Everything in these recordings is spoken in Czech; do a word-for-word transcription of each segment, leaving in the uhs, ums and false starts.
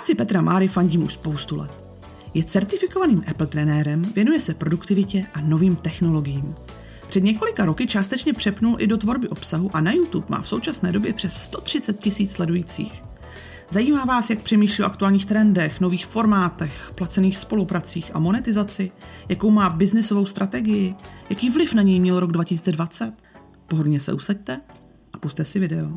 Práci Petra Máry fandím už spoustu let. Je certifikovaným Apple trenérem, věnuje se produktivitě a novým technologiím. Před několika roky částečně přepnul i do tvorby obsahu a na YouTube má v současné době přes sto třicet tisíc sledujících. Zajímá vás, jak přemýšlí o aktuálních trendech, nových formátech, placených spolupracích a monetizaci, jakou má biznisovou strategii, jaký vliv na něj měl rok dva tisíce dvacet? Pohodlně se usaďte a pusťte si video.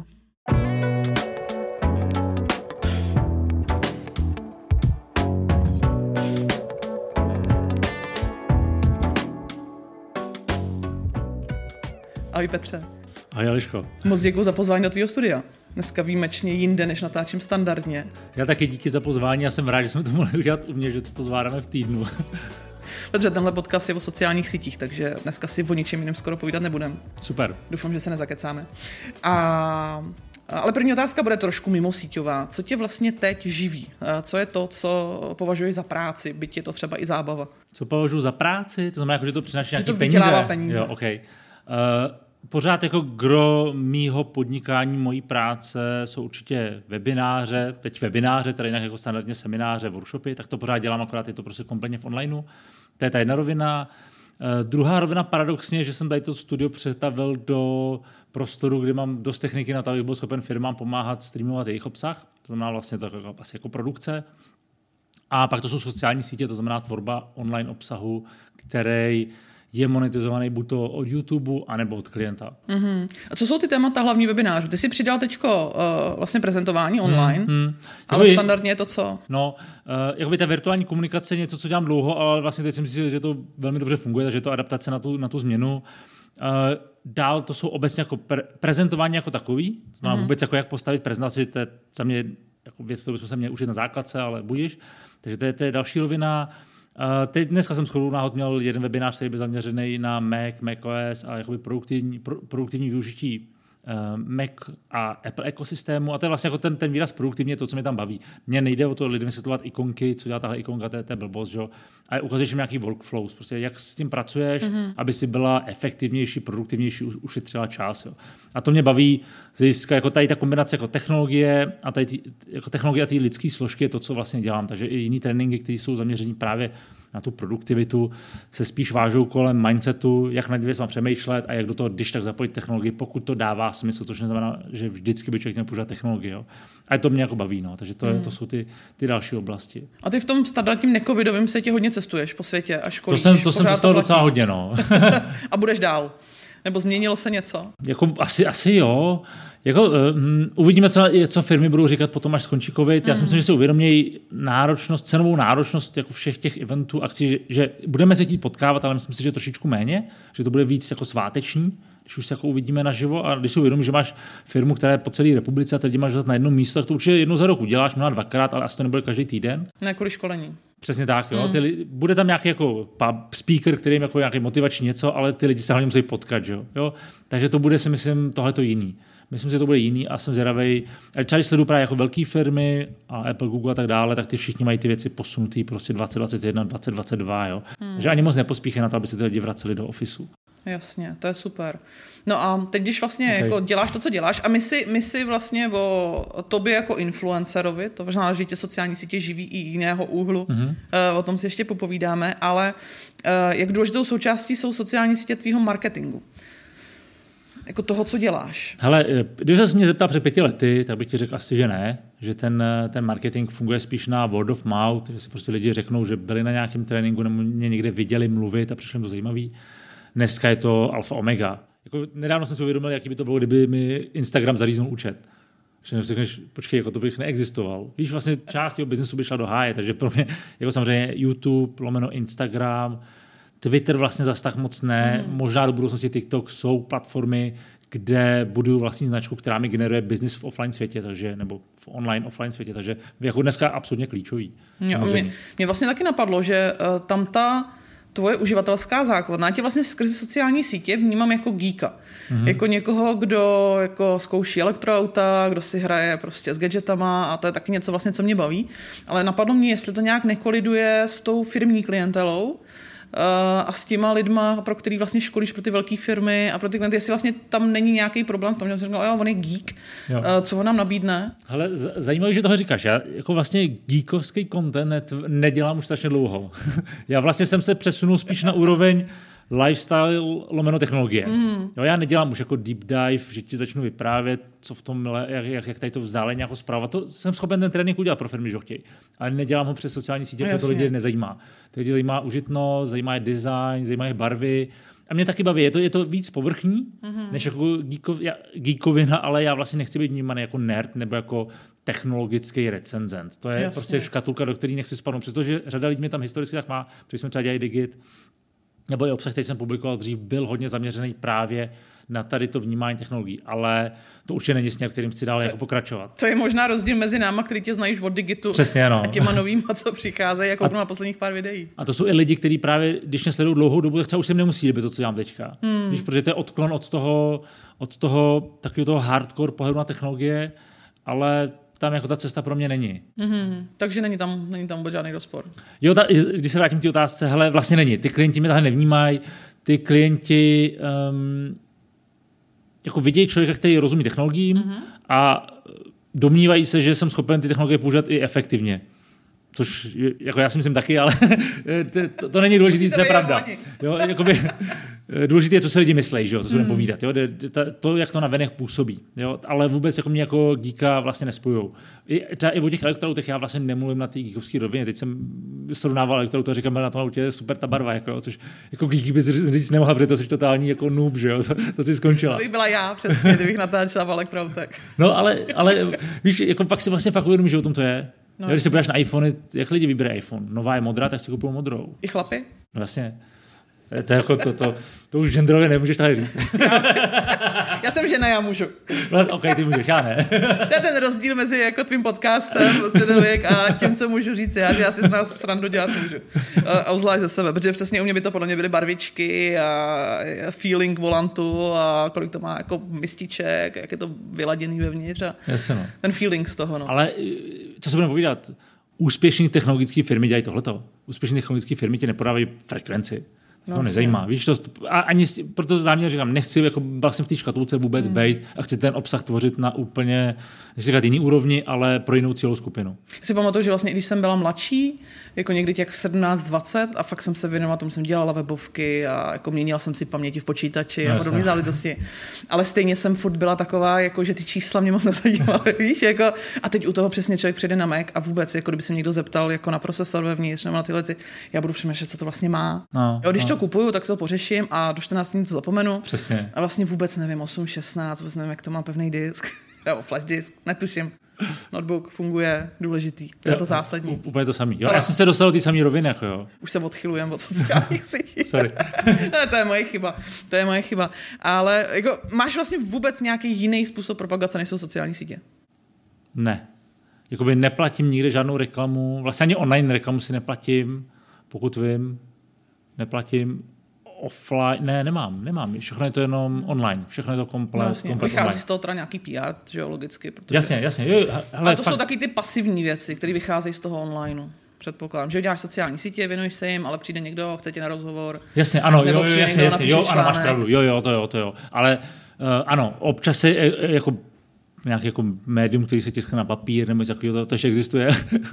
Ahoj Petře. Ahoj Eliško. Moc děkuji za pozvání do tvýho studia. Dneska výjimečně jinde, než natáčím standardně. Já taky díky za pozvání a jsem rád, že jsme to mohli udělat u mě, že to zvládáme v týdnu. Petře, tenhle podcast je o sociálních sítích, takže dneska si o ničem jiném skoro povídat nebudem. Super. Doufám, že se nezakecáme. A, ale první otázka bude trošku mimosíťová. Co tě vlastně teď živí? Co je to, co považuješ za práci, byť je to třeba i zábava? Co považuji za práci? To znamená, jako, že to přináší nějaké peníze? Že to vydělává peníze. Jo, okay. uh, Pořád jako gro mýho podnikání, mojí práce jsou určitě webináře, teď webináře, tady jinak jako standardně semináře, workshopy, tak to pořád dělám, akorát je to prostě kompletně v onlineu. To je ta jedna rovina. Uh, druhá rovina paradoxně, že jsem tady to studio přetavil do prostoru, kde mám dost techniky na to, abych byl schopen firmám pomáhat streamovat jejich obsah. To znamená vlastně to jako, asi jako produkce. A pak to jsou sociální sítě, to znamená tvorba online obsahu, který je monetizovaný buď to od YouTube, anebo od klienta. Mm-hmm. A co jsou ty témata hlavní webinářů? Ty jsi přidal teďko uh, vlastně prezentování online, mm-hmm. ale jakoby, standardně je to co? No, uh, jakoby ta virtuální komunikace je něco, co dělám dlouho, ale vlastně teď si myslím, že to velmi dobře funguje, takže je to adaptace na tu, na tu změnu. Uh, dál to jsou obecně jako pre- prezentování jako takový, znamená mm-hmm. vůbec jako jak postavit prezentaci, to je za mě jako věc, kterou bychom se měli učit na základce, ale budíš. Takže to je, to je další rovina. Uh, teď dneska jsem shodou náhod měl jeden webinář, který byl zaměřený na Mac, macOS a jakoby produktivní, pro, produktivní využití uh, Mac a Apple ekosystému. A to je vlastně jako ten, ten výraz produktivně to, co mě tam baví. Mně nejde o to lidem vysvětlovat ikonky, co dělá tahle ikonka, to je, to je blbost, že? A ukazuješ jim nějaký workflows, prostě jak s tím pracuješ, mm-hmm. aby si byla efektivnější, produktivnější, ušetřila čas. Jo. A to mě baví z hlediska jako tady ta kombinace jako technologie a tady tý, jako technologie a ty lidské složky je to, co vlastně dělám. Takže i jiný tréninky, které jsou zaměření právě na tu produktivitu, se spíš vážou kolem mindsetu, jak na věc mám přemýšlet a jak do toho, když tak zapojit technologii, pokud to dává smysl, což neznamená, že vždycky by člověk měl používat technologii. Jo. A to mě jako baví, no. Takže to, hmm. to jsou ty, ty další oblasti. A ty v tom standardním necovidovém světě hodně cestuješ po světě a školíš. To jsem, to jsem cestoval docela hodně, no. A budeš dál? Nebo změnilo se něco? Jako asi, asi jo. Jako, uh, uvidíme, co, co firmy budou říkat potom, až skončí covid. Já mm. si myslím, že si uvědomějí náročnost, cenovou náročnost jako všech těch eventů, akcí, že, že budeme se chtít potkávat, ale myslím si, že trošičku méně, že to bude víc jako sváteční, když už se jako uvidíme naživo a když si uvědomíš, že máš firmu, která je po celé republice a teď máš na jednom místo, tak to určitě jednou za rok uděláš, možná dvakrát, ale asi to nebude každý týden. Na kvůli školení. Přesně tak, jo. Mm. Ty, bude tam nějaký jako speaker, který jim jako nějaký motivační něco, ale ty lidi se hlavně musí potkat, jo. jo? Takže to bude, si myslím, tohleto jiný. Myslím si, že to bude jiný a jsem zvědavej. Třeba sleduju právě jako velké firmy a Apple, Google a tak dále, tak ty všichni mají ty věci posunutý prostě dvacet dvacet jedna, dvacet dvacet dva, jo. Hmm. Že ani moc nepospíchají na to, aby se ty lidi vraceli do ofisu. Jasně, to je super. No a teď, když vlastně okay. jako děláš to, co děláš, a my si, my si vlastně o tobě jako influencerovi, to znamená, že tě sociální sítě živí i jiného úhlu, mm-hmm. o tom si ještě popovídáme, ale jak důležitou součástí jsou sociální sítě tvýho marketingu? Jako toho, co děláš? Hele, když se mě zeptal před pěti lety, tak bych ti řekl asi, že ne. Že ten, ten marketing funguje spíš na word of mouth, že si prostě lidi řeknou, že byli na nějakém tréninku nebo mě někde viděli mluvit a přišlo jim to zajímavý. Dneska je to alfa omega. Jako nedávno jsem si uvědomil, jaký by to bylo, kdyby mi Instagram zaříznul účet. Že si řekneš, počkej, jako to bych neexistoval. Víš, vlastně část jeho biznesu by šla do háje, takže pro mě jako samozřejmě YouTube, lomeno Instagram, Twitter vlastně zas tak moc ne, mm. možná do budoucnosti TikTok jsou platformy, kde buduju vlastní značku, která mi generuje biznis v offline světě, takže, nebo v online offline světě, takže jako dneska absolutně klíčový. Jo, mě, mě vlastně taky napadlo, že uh, tam ta tvoje uživatelská základna, já tě vlastně skrze sociální sítě vnímám jako geeka. Mm-hmm. Jako někoho, kdo jako zkouší elektroauta, kdo si hraje prostě s gadgetama a to je taky něco vlastně, co mě baví. Ale napadlo mě, jestli to nějak nekoliduje s tou firmní klientelou, a s těma lidma, pro který vlastně školíš pro ty velké firmy a pro ty klienty, jestli vlastně tam není nějaký problém v tom, že jsem říkal, jo, on je geek, jo. co on nám nabídne. Hele, zajímavé, že toho říkáš. Já jako vlastně geekovský content nedělám už strašně dlouho. Já vlastně jsem se přesunul spíš na úroveň lifestyle lomeno technologie. Mm. Jo, já nedělám už jako deep dive, že ti začnu vyprávět, co v tom, jak, jak, jak tady to vzdálení jako zpráva. To jsem schopen ten trénink udělat pro firmy, že ho chtějí. Ale nedělám ho přes sociální sítě, protože to lidi nezajímá. To lidi zajímá užitnost, zajímá je design, zajímá je barvy. A mě taky baví, je to, je to víc povrchní, mm-hmm. než jako geekov, já, geekovina, ale já vlastně nechci být vnímaný jako nerd nebo jako technologický recenzent. To je Jasně. prostě škatulka, do které nechci spadnout. Přestože řada lidí mě tam historicky tak má, protože jsme třeba dělali Digit, nebo i obsah, který jsem publikoval dřív, byl hodně zaměřený právě na tady to vnímání technologií, ale to určitě není směr, kterým chci dále to, jako pokračovat. To je možná rozdíl mezi náma, který tě znají od Digitu Přesně, no. a těma novýma, co přicházejí, jako na posledních pár videí. A to jsou i lidi, kteří právě, když mě sledují dlouhou dobu, tak třeba už se nemusí líbit to, co dělám teďka. Hmm. Víš, protože to je odklon od toho, od toho takového toho hardcore pohledu na technologie, ale tam jako ta cesta pro mě není. Mm-hmm. Takže není tam, není tam vůbec žádný rozpor. Jo, ta, když se vrátím k té otázce, hele, vlastně není. Ty klienti mě tahle nevnímají, ty klienti um, jako vidějí člověka, který rozumí technologiím mm-hmm. a domnívají se, že jsem schopen ty technologie používat i efektivně. Což jako já si myslím taky, ale to, to není důležité, co je pravda. Jo, jakoby, důležité je, co se lidi myslí, že jo, co se budeme mm. povídat. Jo, to, jak to navenek působí. Jo, ale vůbec jako mě jako geeka vlastně nespojujou. I, třeba i o těch elektroautech já vlastně nemluvím na té geekovské rovině. Teď jsem srovnával elektroauto a říkám, na tom autě je super ta barva, jako, což jako geeky bys říct nemohla, protože to jsi totální jako noob, že jo, to, to si skončila. To bych byla já, přesně, kdybych natáčela v elektroautech. No, ale, ale víš, jako pak si vlastně fakt uvědomím, že o tom to je. No, když se podíváš na iPhone, jak lidi vybírají iPhone? Nová je modrá, tak si kupují modrou. I chlapi? No vlastně. To, jako to, to, to už genderově nemůžeš tady říct. Já, já jsem žena, já můžu. No, ok, ty můžeš, já ne. To je ten rozdíl mezi jako tvým podcastem Středověk a tím, co můžu říct já, že já si z nás srandu dělat můžu. A uzvlášť za sebe, protože přesně u mě by to podle mě byly barvičky a feeling volantu a kolik to má jako mističek, jak je to vyladěný vevnitř a Jasně, no. Ten feeling z toho. No. Ale co se budeme povídat? Úspěšné technologické firmy dělají tohleto. Úspěšné technologické firmy ti nepodávají frekvenci. To no, nezajímá. Víš, to, a ani proto záměr říkám, nechci jako vlastně v té škatulce vůbec hmm. být a chci ten obsah tvořit na úplně, nechci říkat jiný úrovni, ale pro jinou cílovou skupinu. Si pamatuju, že vlastně, když jsem byla mladší, jako někdy těch sedmnáct dvacet a fakt jsem se věnovala tomu, jsem dělala webovky a jako měnila jsem si paměti v počítači no, a podobné záležitosti. Ale stejně jsem furt byla taková, jako, že ty čísla mě moc nezajímaly, víš, jako, a teď u toho přesně člověk přijde na Mac a vůbec, jako kdyby se někdo zeptal jako na procesor vevnitř nebo na tyhle věci, já budu přemýšlet, co to vlastně má. No, jo, když no. to kupuju, tak se to pořeším a do čtrnácti dní to zapomenu. Přesně. A vlastně vůbec nevím, osm šestnáct, vůbec nevím, jak to má pevný disk, nebo flash disk, netuším. Notebook funguje, důležitý. To je to zásadní. Úplně to samý. Jo, já jsem se dostal do té samé roviny, jako jo. Už se odchylujem od sociálních sítí. Sorry. To je moje chyba. To je moje chyba. Ale jako, máš vlastně vůbec nějaký jiný způsob propagace, než jsou sociální sítě? Ne. Jakoby neplatím nikde žádnou reklamu. Vlastně ani online reklamu si neplatím, pokud vím. Neplatím. Offline, ne, nemám, nemám. Všechno je to jenom online. Všechno je to komplet, no, komplet vychází online. Z toho teda nějaký P R, že jo, logicky. Protože... Jasně, jasně. Jo, hele, ale to fakt... jsou taky ty pasivní věci, které vycházejí z toho online. Předpokládám, že děláš sociální sítě, věnuješ se jim, ale přijde někdo, chce tě na rozhovor. Jasně, ano, jo, jo, jasně, jasně, jo, ano, máš pravdu. Jo, jo, to jo, to jo. Ale uh, ano, občas se uh, jako nějaký jako médium, který se tiskne na papír nebo něco takového, to, to ještě existuje.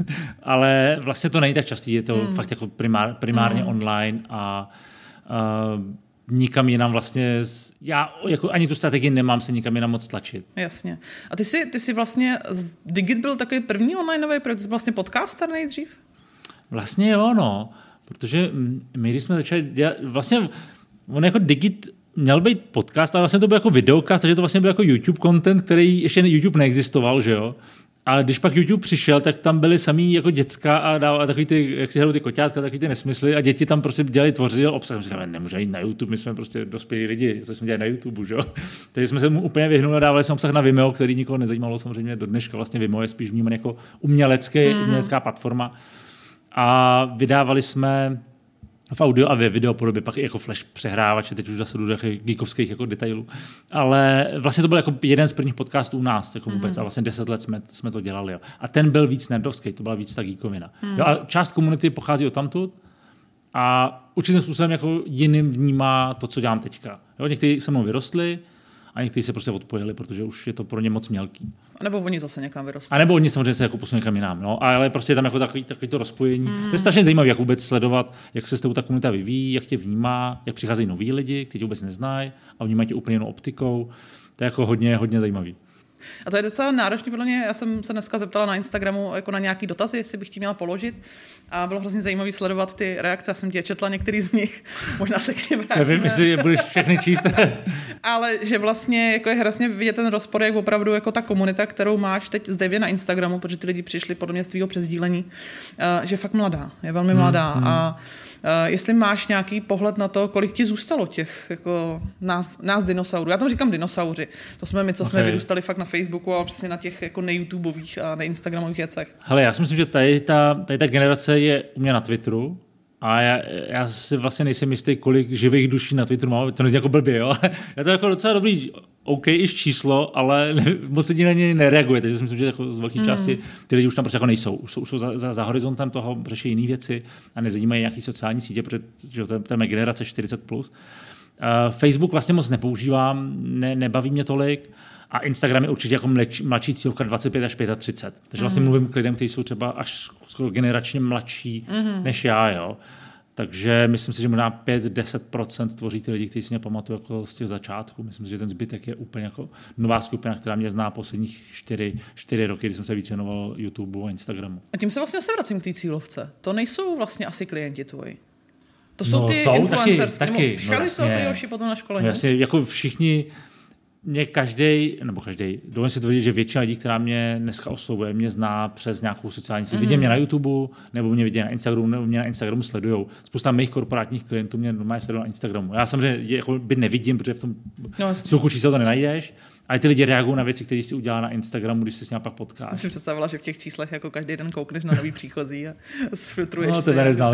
Ale vlastně to není tak častý, je to hmm. fakt jako primár, primárně hmm. online a Uh, nikam jinam vlastně, já jako ani tu strategii nemám se nikam jinam moc tlačit. Jasně. A ty jsi, ty jsi vlastně, Digit byl takový první onlineový projekt, jsi vlastně podcaster nejdřív? Vlastně jo, no, protože my, když jsme začali dělat, vlastně on jako Digit měl být podcast, ale vlastně to byl jako videokast, takže to vlastně byl jako YouTube content, který ještě YouTube neexistoval, že jo. A když pak YouTube přišel, tak tam byly samý jako děcka a, dál, a takový ty, jak si hrajou ty koťátka, takový ty nesmysly a děti tam prostě dělali, tvořili obsah. Říkáme, nemůže jít na YouTube, my jsme prostě dospělí lidi, co jsme dělali na YouTube, že jo. Takže jsme se mu úplně vyhnuli a dávali jsme obsah na Vimeo, který nikoho nezajímalo samozřejmě do dneška. Vlastně Vimeo je spíš vnímaný jako umělecký, mm-hmm. umělecká platforma. A vydávali jsme v audio a ve video podobě, pak i jako flash přehrávače, teď už zase do těch geekovských jako detailů. Ale vlastně to byl jako jeden z prvních podcastů u nás, jako vůbec, mm. a vlastně deset let jsme, jsme to dělali. Jo. A ten byl víc nerdovský, to byla víc ta geekovina. Mm. Jo, a část komunity pochází odtamtud a určitým způsobem jako jiným vnímá to, co dělám teďka. Jo, někteří se mnou vyrostli a někteří se prostě odpojili, protože už je to pro ně moc mělký. A nebo oni zase někam vyrostli. A nebo oni samozřejmě se jako posunou někam jinam, no, ale prostě je tam jako takový, takový to rozpojení. Hmm. To je strašně zajímavé, jak vůbec sledovat, jak se s tebou ta komunita vyvíjí, jak tě vnímá, jak přicházejí noví lidi, kteří tě vůbec neznají a vnímají tě úplně jinou optikou. To je jako hodně, hodně zajímavý. A to je docela náročný podle mě. Já jsem se dneska zeptala na Instagramu jako na nějaký dotazy, jestli bych ti měla položit. A bylo hrozně zajímavý sledovat ty reakce. Já jsem tě četla některý z nich. Možná se k něm vrátíme. Nevím, jestli je budeš všechny číst. Ale že vlastně jako je hrozně vidět ten rozpor, jak opravdu jako ta komunita, kterou máš teď zde na Instagramu, protože ty lidi přišli podle mě z tvýho přesdílení, že je fakt mladá. Je velmi mladá. Hmm, hmm. A Uh, jestli máš nějaký pohled na to, kolik ti zůstalo těch jako nás, nás dinosaurů. Já tomu říkám dinosauři. To jsme my, co okay. jsme vyrůstali fakt na Facebooku a přesně na těch jako neYouTubeových a neinstagramových věcech. Hele, já si myslím, že tady ta, tady ta generace je u mě na Twitteru a já, já si vlastně nejsem jistý, kolik živých duší na Twitteru mám. To není jako blbě, jo? Já to jako docela dobrý OK iž číslo, ale moc lidí na něj nereaguje, takže si myslím, že jako z velké části mm. ty lidi už tam prostě jako nejsou. Už jsou, už jsou za, za, za horizontem toho, řeší jiné věci a nezajímají nějaký sociální sítě, protože že to, to je generace čtyřicet plus. Uh, Facebook vlastně moc nepoužívám, ne, nebaví mě tolik a Instagram je určitě jako mladší, mladší cílovka dvacet pět až třicet pět. Takže vlastně mm. mluvím k lidem, kteří jsou třeba až skoro generačně mladší mm. než já, jo. Takže myslím si, že možná pět až deset procent tvoří ty lidi, kteří si mě pamatují jako z těch začátků. Myslím si, že ten zbytek je úplně jako nová skupina, která mě zná posledních čtyři, čtyři roky, kdy jsem se víc věnoval YouTube a Instagramu. A tím se vlastně se vracím k té cílovce. To nejsou vlastně asi klienti tvoji. To jsou no, ty jsou influencers, taky, nebo taky, přichází no, z toho prioši potom na školení. No, jasně, jako všichni, mě každej, nebo každej, dovolím si tvrdit, že většina lidí, která mě dneska oslovuje, mě zná přes nějakou sociální síť. Mm. Vidí mě na YouTube, nebo mě vidí na Instagramu, nebo mě na Instagramu sledujou. Spousta mých korporátních klientů mě normálně sledují na Instagramu. Já samozřejmě jako by nevidím, protože v tom no, sluchu čísel to nenajdeš, ale ty lidi reagují na věci, které jsi udělal na Instagramu, když jsi s ním pak potkáš. Já si představila, že v těch číslech jako každý den koukneš na nový příchozí a sfiltruješ no, se. No, to neznal.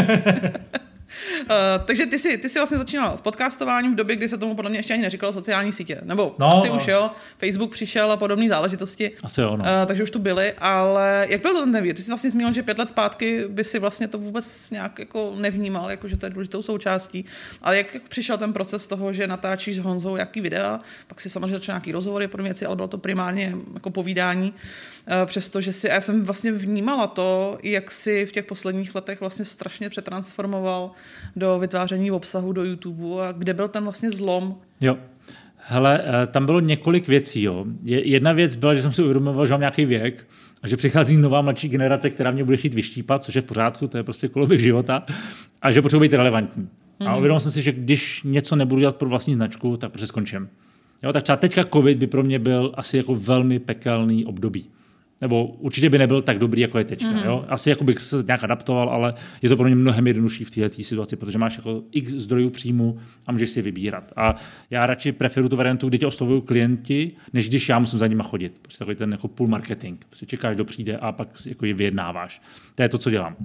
Uh, takže ty jsi, ty jsi vlastně začínal s podcastováním v době, kdy se tomu podle mě ještě ani neříkalo sociální sítě. Nebo no, asi no. už jo, Facebook přišel a podobné záležitosti. Asi jo, no. uh, takže už tu byly, ale jak byl to ten nevír? Ty jsi vlastně zmínil, že pět let zpátky by si vlastně to vůbec nějak jako nevnímal, jako že to je důležitou součástí. Ale jak, jak přišel ten proces toho, že natáčíš s Honzou jaký videa, pak si samozřejmě začal nějaký rozhovory pro věci, ale bylo to primárně jako povídání. Uh, přestože si, a já jsem vlastně vnímala to, jak si v těch posledních letech vlastně strašně přetransformoval do vytváření obsahu do YouTube a kde byl ten vlastně zlom? Jo. Hele, tam bylo několik věcí. Jo. Jedna věc byla, že jsem si uvědomoval, že mám nějaký věk a že přichází nová mladší generace, která mě bude chtít vyštípat, což je v pořádku, to je prostě koloběh života, a že potřebuji být relevantní. Mm-hmm. A uvědomil jsem si, že když něco nebudu dělat pro vlastní značku, tak prostě skončím. Jo, tak třeba teďka covid by pro mě byl asi jako velmi pekelný období. Nebo určitě by nebyl tak dobrý, jako je teďka. Mm. Jo? Asi jako bych se nějak adaptoval, ale je to pro mě mnohem jednodušší v této situaci, protože máš jako x zdrojů příjmu a můžeš si vybírat. A já radši preferuji tu variantu, kdy tě oslovují klienti, než když já musím za nima chodit. Prostě takový ten jako pull marketing. Prostě čekáš, kdo přijde a pak jako je vyjednáváš. To je to, co dělám.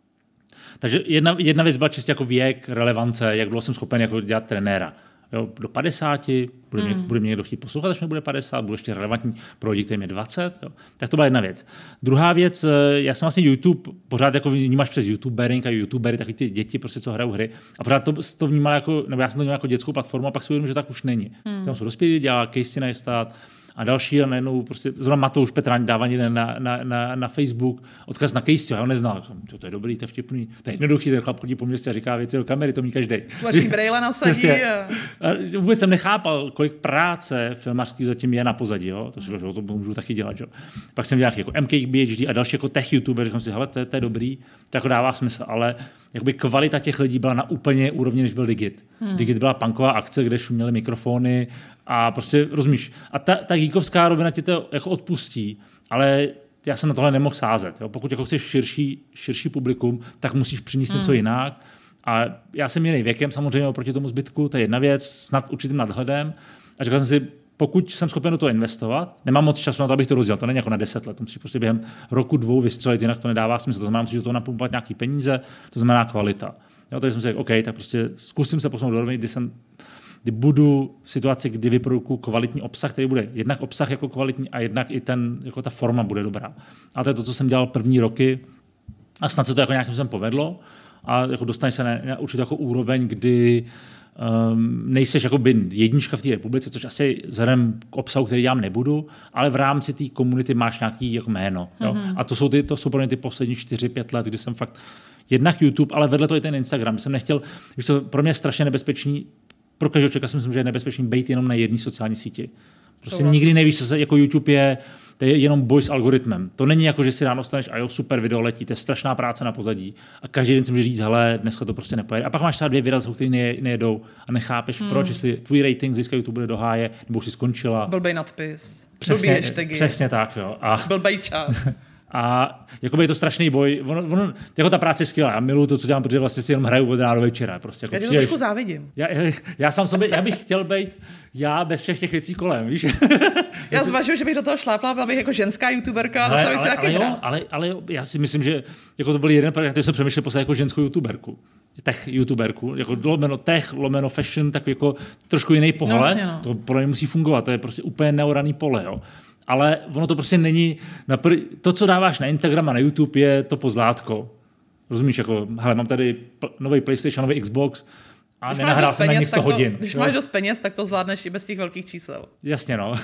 Takže jedna, jedna věc byla čistě jako věk, relevance, jak dlouho jsem schopen jako dělat trenéra. Jo, do padesáti, bude mě, mm. bude mě někdo chtít poslouchat, až mě bude padesát, bude ještě relevantní pro lidi, kterým je dvacet. Jo. Tak to byla jedna věc. Druhá věc, já jsem vlastně YouTube, pořád jako vnímáš přes YouTubering a YouTubery, taky ty děti, prostě, co hrajou hry. A pořád to, to vnímal jako, nebo já jsem to vnímal jako dětskou platformu a pak si uvědomil, že tak už není. Mm. Tam jsou dospělí, dělá Casey Neistat a další a najednou prostě, zrovna Matouš Petrán dává někde na, na, na, na Facebook odkaz na Casey, já ho neznal. To, to je dobrý, to je vtipný, to je jednoduchý, ten chlap chodí po městě a říká věci do kamery, to mí každý. Tlačí brejle nasadí. A... Vůbec jsem nechápal, kolik práce filmařský zatím je na pozadí, jo? To si že to můžu taky dělat, jo? Pak jsem dělal jako M K B H D a další jako tech youtuber, říkám si, hele, to je, to je dobrý, to jako dává smysl, ale jakoby kvalita těch lidí byla na úplně úrovni, než byl Digit. Hmm. Digit byla punková akce, kde šuměly mikrofony a prostě rozumíš. A ta, ta geekovská rovina ti to jako odpustí, ale já jsem na tohle nemohl sázet. Jo? Pokud jako chceš širší, širší publikum, tak musíš přinést hmm. něco jinak. A já jsem jiný věkem samozřejmě oproti tomu zbytku, to je jedna věc, snad určitým nadhledem. A říkal jsem si, pokud jsem schopen do toho investovat, nemám moc času na to, abych to rozdělal, to není jako na deset let, to musíš prostě během roku, dvou vystřelit, jinak to nedává smysl. To znamená, musíš do toho napumpovat nějaký peníze, to znamená kvalita. Jo, takže jsem si řekl, OK, tak prostě zkusím se posunout do roviny, kdy jsem kdy budu v situaci, kdy vyprodukuju kvalitní obsah, který bude jednak obsah jako kvalitní a jednak i ten, jako ta forma bude dobrá. A to je to, co jsem dělal první roky a snad se to jako nějakým způsobem povedlo. a jako dostaneš se na, na určitou jako úroveň, kdy um, nejseš jako by jednička v té republice, což asi vzhledem k obsahu, který dělám, nebudu, ale v rámci té komunity máš nějaký jako jméno. Jo? Mm-hmm. A to jsou, ty, to jsou pro mě ty poslední čtyři pět let, kdy jsem fakt jednak YouTube, ale vedle to i ten Instagram. Jsem nechtěl, víš co, pro mě je strašně nebezpečný, pro každého člověka si myslím, že je nebezpečný být jenom na jedné sociální síti. Prostě vlastně nikdy nevíš, co se jako YouTube je, to je jenom boj s algoritmem. To není jako, že si ráno staneš a jo, super video letí, to je strašná práce na pozadí. A každý den si může říct, hele, dneska to prostě nepojede. A pak máš třeba dvě videa, které nejedou a nechápeš, hmm. proč, jestli tvůj rating získá YouTube bude do háje, nebo už si skončila. Blbej nadpis. Přesně, přesně tak, jo. A blbej čas. A jakoby je to strašný boj. Ono, ono, jako ta práce je skvělá. Já miluju to, co dělám, protože vlastně si jenom hraju od rána do večera. Prostě jako já tě to trošku závidím. Já, já, já, sám sobě, já bych chtěl být já bez všech těch věcí kolem, víš? Já zvažuji, že bych do toho šlápla, byla bych jako ženská youtuberka, ale, ale, ale, ale, taky ale, jo, ale, ale já si myslím, že jako to byl jeden projekt, který jsem přemýšlel posledně jako ženskou youtuberku. Tech youtuberku, jako lomeno tech, lomeno fashion, tak jako trošku jiný pohled. No, vlastně, no. To pro mě musí fungovat, to je prostě úplně neoraný pole, jo. Ale ono to prostě není, napr- to, co dáváš na Instagram a na YouTube, je to pozlátko. Rozumíš, jako, hele, mám tady pl- nový PlayStation, nový Xbox a když nenahrál jsem na nich sto hodin. Když jo? máš dost peněz, tak to zvládneš i bez těch velkých čísel. Jasně, no.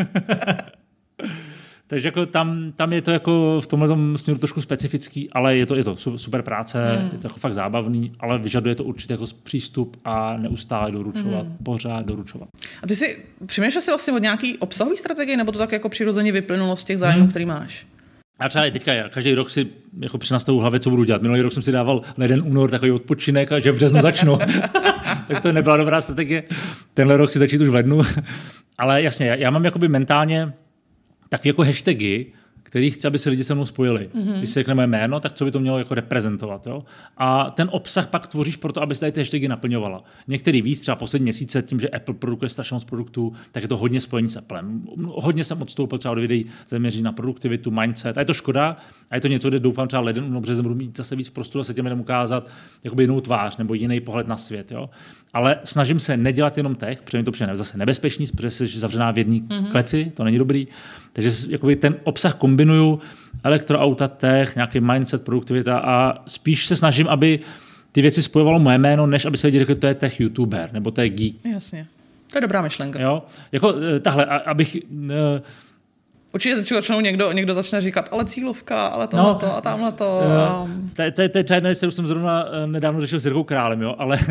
Takže jako tam, tam je to jako v tomhle směru trošku specifický, ale je to, je to super práce, hmm. je to jako fakt zábavný, ale vyžaduje to určitě jako přístup a neustále doručovat, hmm. pořád doručovat. A ty si přemýšlel si vlastně od nějaký obsahový strategie, nebo to tak jako přirozeně vyplynulo z těch zájmů, hmm. který máš? A třeba teďka já každý rok si jako přenastavu hlavě, co budu dělat. Minulý rok jsem si dával leden, únor, takový odpočinek a že v březnu začnu. Tak to nebyla dobrá strategie. Tenhle rok si začít už v lednu. Ale jasně, já, já mám jakoby mentálně taky jako hashtagy, který chci, aby se lidi se mnou spojili. Mm-hmm. Když se řekne moje jméno, tak co by to mělo jako reprezentovat. Jo? A ten obsah pak tvoříš proto, aby se tady ty hashtagy naplňovala. Některý víc, třeba poslední měsíce, tím, že Apple produkuje strašně moc produktů, tak je to hodně spojení s Applem. Hodně jsem odstoupil třeba od videí zaměří na produktivitu, mindset. A je to škoda. A je to něco, kde doufám třeba leden, únor, březen budu mít zase víc prostoru a se těm lidem ukázat jakoby jinou tvář nebo jiný pohled na svět. Jo? Ale snažím se nedělat jenom tech, protože mi to přijde zase nebezpečný, protože jsi zavřená v jedné mm-hmm. kleci, to není dobrý. Takže jakoby ten obsah kombinuju, elektroauta, tech, nějaký mindset, produktivita a spíš se snažím, aby ty věci spojovalo moje jméno, než aby se lidi řekli, to je tech youtuber, nebo to je geek. Jasně. To je dobrá myšlenka. Jo? Jako tahle, abych... Uh, Určitě začnou někdo, někdo začne říkat, ale cílovka, ale tohle to a tamhle to. To je třeba jedna věc, kterou jsem zrovna nedávno řešil s Jirkou Králem, jo? Ale uh,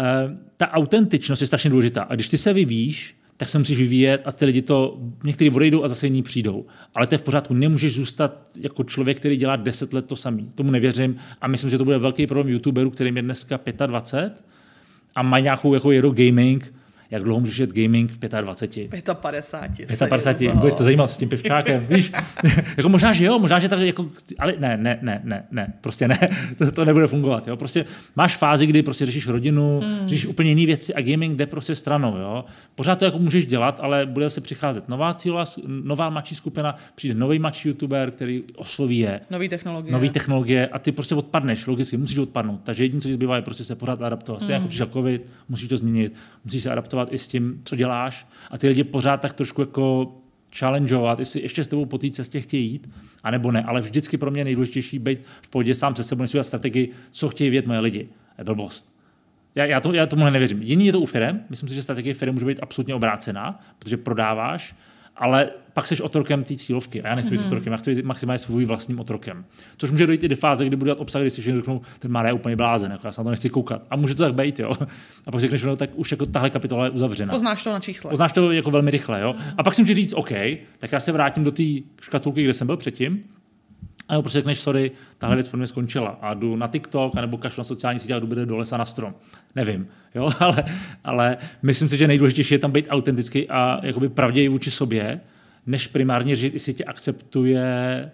ta autentičnost je strašně důležitá. A když ty se vyvíjíš, tak se musíš vyvíjet a ty lidi to, někteří odejdou a zase jiní přijdou. Ale to je v pořádku, nemůžeš zůstat jako člověk, který dělá deset let to samý. Tomu nevěřím a myslím, že to bude velký problém youtuberů, kterým je dneska dvacet pět a mají nějakou jako jedou gaming. Jak dlouho můžeš jet gaming v dvaceti pěti? padesát pět. padesát pět. Bude to zajímat s tím pivčákem, víš? Jako možná, že jo, možná, že tak jako, ale ne, ne, ne, ne, ne, prostě ne, to, to nebude fungovat, jo. Prostě máš fázi, kdy prostě řešíš rodinu, hmm. řešíš úplně jiné věci a gaming jde prostě stranou, jo. Pořád to jako můžeš dělat, ale bude se přicházet nová cílová, nová mladší skupina, přijde nový mladší youtuber, který osloví je. Nový technologie. Nový technologie a ty prostě odpadneš, logicky, musíš odpadnout. Takže jediné, co ti zbývá, je prostě se pořád adaptovat. Stejně hmm. jako přišel covid, musíš to změnit, musíš se adaptovat i s tím, co děláš a ty lidi pořád tak trošku jako challengeovat, jestli ještě s tebou po té cestě chtějí jít, anebo ne. Ale vždycky pro mě nejdůležitější být v pohodě sám se sebou, než udělat strategii, co chtějí vědět moje lidi. Je blbost. Já, já, to, já tomuhle nevěřím. Jiný je to u firem. Myslím si, že strategie firem může být absolutně obrácená, protože prodáváš, ale pak seš otrokem té cílovky. A já nechci být mm. otrokem, já chci být maximálně svůj vlastním otrokem. Což může dojít i do fáze, kdy budu dělat obsah, kdy si všichni řeknou, ten Mára je úplně blázen, jako já se na to nechci koukat. A může to tak být, jo. A pak si řekneš, no, tak už jako tahle kapitola je uzavřena. Poznáš to na čísle. Poznáš to jako velmi rychle, jo. Mm. A pak si můžeš říct, OK, tak já se vrátím do té škatulky, kde jsem byl předtím. A nebo prostě řekneš, sorry, tahle věc pro mě skončila a jdu na TikTok, anebo kašlu na sociální sítě a jdu do lesa na strom. Nevím, jo, ale, ale myslím si, že nejdůležitější je tam být autentický a jakoby pravději vůči sobě, než primárně říct, jestli tě akceptuje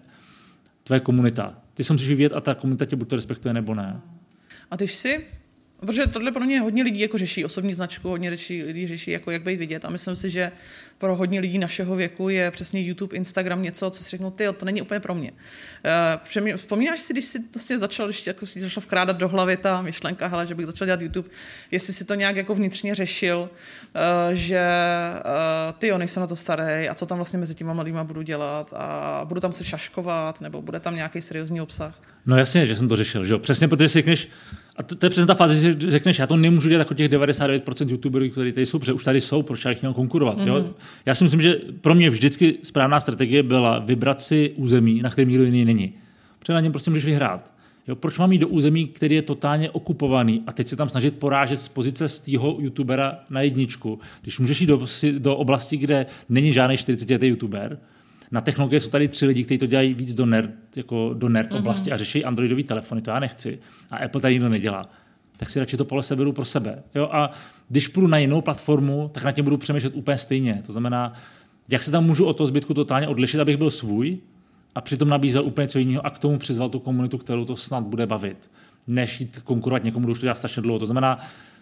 tvoje komunita. Ty se musíš vyvíjet a ta komunita tě buď to respektuje, nebo ne. A ty jsi, protože tohle pro mě hodně lidí jako řeší osobní značku, hodně lidí řeší, jako jak být vidět a myslím si, že pro hodně lidí našeho věku je přesně YouTube, Instagram něco, co si řeknou, ty, to není úplně pro mě. Uh, vzpomínáš si, když jsi vlastně začal, když jako si začal vkrádat do hlavy ta myšlenka, hele, že bych začal dělat YouTube, jestli si to nějak jako vnitřně řešil, uh, že uh, ty jo, nejsem na to starý a co tam vlastně mezi těma mladýma budu dělat a budu tam se šaškovat nebo bude tam nějaký seriózní obsah? No jasně, že jsem to řešil, že jo, přesně protože si řekneš, A to, to je přesně ta fáze, že řekneš, já to nemůžu dělat jako těch devadesát devět procent youtuberů, kteří tady jsou, protože už tady jsou, proč já jich měl konkurovat. Mm-hmm. Jo? Já si myslím, že pro mě vždycky správná strategie byla vybrat si území, na kterém nikdo jiný není. Protože na něm prostě můžeš vyhrát. Jo? Proč mám jít do území, který je totálně okupovaný a teď se tam snažit porážet z pozice z tého youtubera na jedničku, když můžeš jít do, do oblasti, kde není žádný čtyřicetiletý youtuber. Na technologie jsou tady tři lidi, kteří to dělají víc do nerd, jako do nerd mm-hmm. oblasti a řeší androidový telefony, to já nechci. A Apple tady nikdo nedělá. Tak si radši to pole seberu pro sebe. Jo? A když půjdu na jinou platformu, tak na tím budu přemýšlet úplně stejně. To znamená, jak se tam můžu od toho zbytku totálně odlišit, abych byl svůj a přitom nabízel úplně něco jiného a k tomu přizval tu komunitu, kterou to snad bude bavit, než jít konkurovat někomu, kdo už to dělá strašně dlouho. To znamená,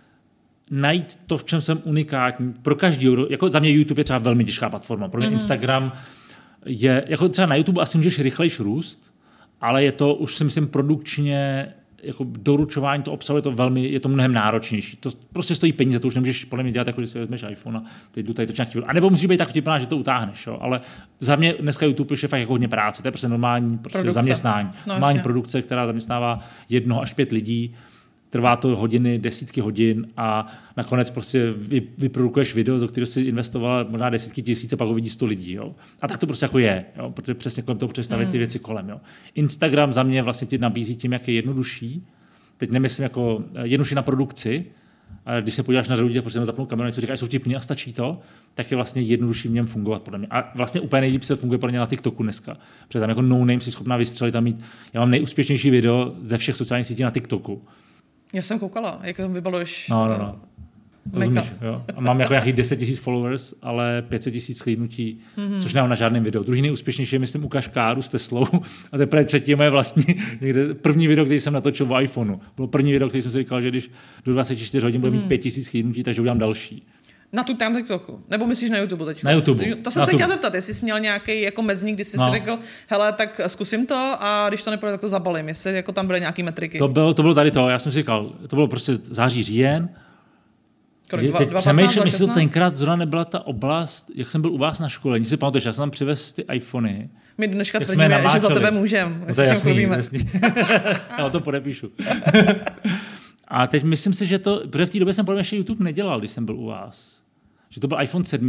najít to, v čem jsem unikátní. Pro každého, jako za mě YouTube je třeba velmi těžká platforma. Pro mě mm-hmm. Instagram je, jako třeba na YouTube asi můžeš rychlejš růst, ale je to už si myslím produkčně, jako doručování to obsahuje to velmi, je to mnohem náročnější. To prostě stojí peníze, to už nemůžeš podle mě dělat, jako když si vezmeš iPhone a teď jdu tady to nějaký. A nebo musí být tak vtipná, že to utáhneš, jo? Ale za mě dneska YouTube je fakt jako hodně práce, to je prostě normální prostě zaměstnání. No, normální produkce, která zaměstnává jedno až pět lidí. Trvá to hodiny, desítky hodin a nakonec prostě vy, vyprodukuješ video, do kterého si investovala možná desítky tisíc a pak ho vidí sto lidí. Jo? A tak to prostě jako je, jo? Protože přesně kolem toho představit mm. ty věci kolem. Jo? Instagram za mě vlastně ti nabízí tím, jak je jednodušší. Teď nemyslím jako jednodušší na produkci, ale když se podíváš na řadu lidí, protože zapnou kameru, něco říkáš, jsou vtipný a stačí to, tak je vlastně jednodušší v něm fungovat podle mě. A vlastně úplně nejlíp se funguje podle mě na TikToku dneska. Protože tam jako no name si schopná vystřelit a mít. Já mám nejúspěšnější video ze všech sociálních sítí na TikToku. Já jsem koukala, jak vybaluješ. No, no, no. Rozumíš, jo? A mám jako nějakých deset tisíc followers, ale pět set tisíc shlídnutí, mm-hmm. což nemám na žádném videu. Druhý nejúspěšnější je, myslím, u Kaškáru s Teslou. A teprve třetí je moje vlastní, někde první video, který jsem natočil v iPhoneu. Bylo první video, který jsem si říkal, že když do dvacet čtyři hodin bude mít pět tisíc shlídnutí, takže udělám další. Na tu tam TikToku? Nebo myslíš na YouTube teď? Na YouTube. To jsem na se chtěla zeptat, jestli jsi měl nějaký jako mezník, kdy jsi no. si řekl, hele, tak zkusím to a když to nepůjde, tak to zabalím. Jestli jako tam byly nějaký metriky. To bylo, to bylo tady to, já jsem si říkal, to bylo prostě září, říjen. Kolik, dva, teď dva, přemýšlím, jestli to tenkrát zrovna nebyla ta oblast, jak jsem byl u vás na škole. Nic si pamatuješ, já jsem tam přivez ty iPhony. My dneška tvrdíme, že za tebe můžeme. No to je jasný, jasný. Já to podepíšu. A teď myslím si, že to, protože v té době jsem podle mě ještě YouTube nedělal, když jsem byl u vás. Že to byl iPhone sedm.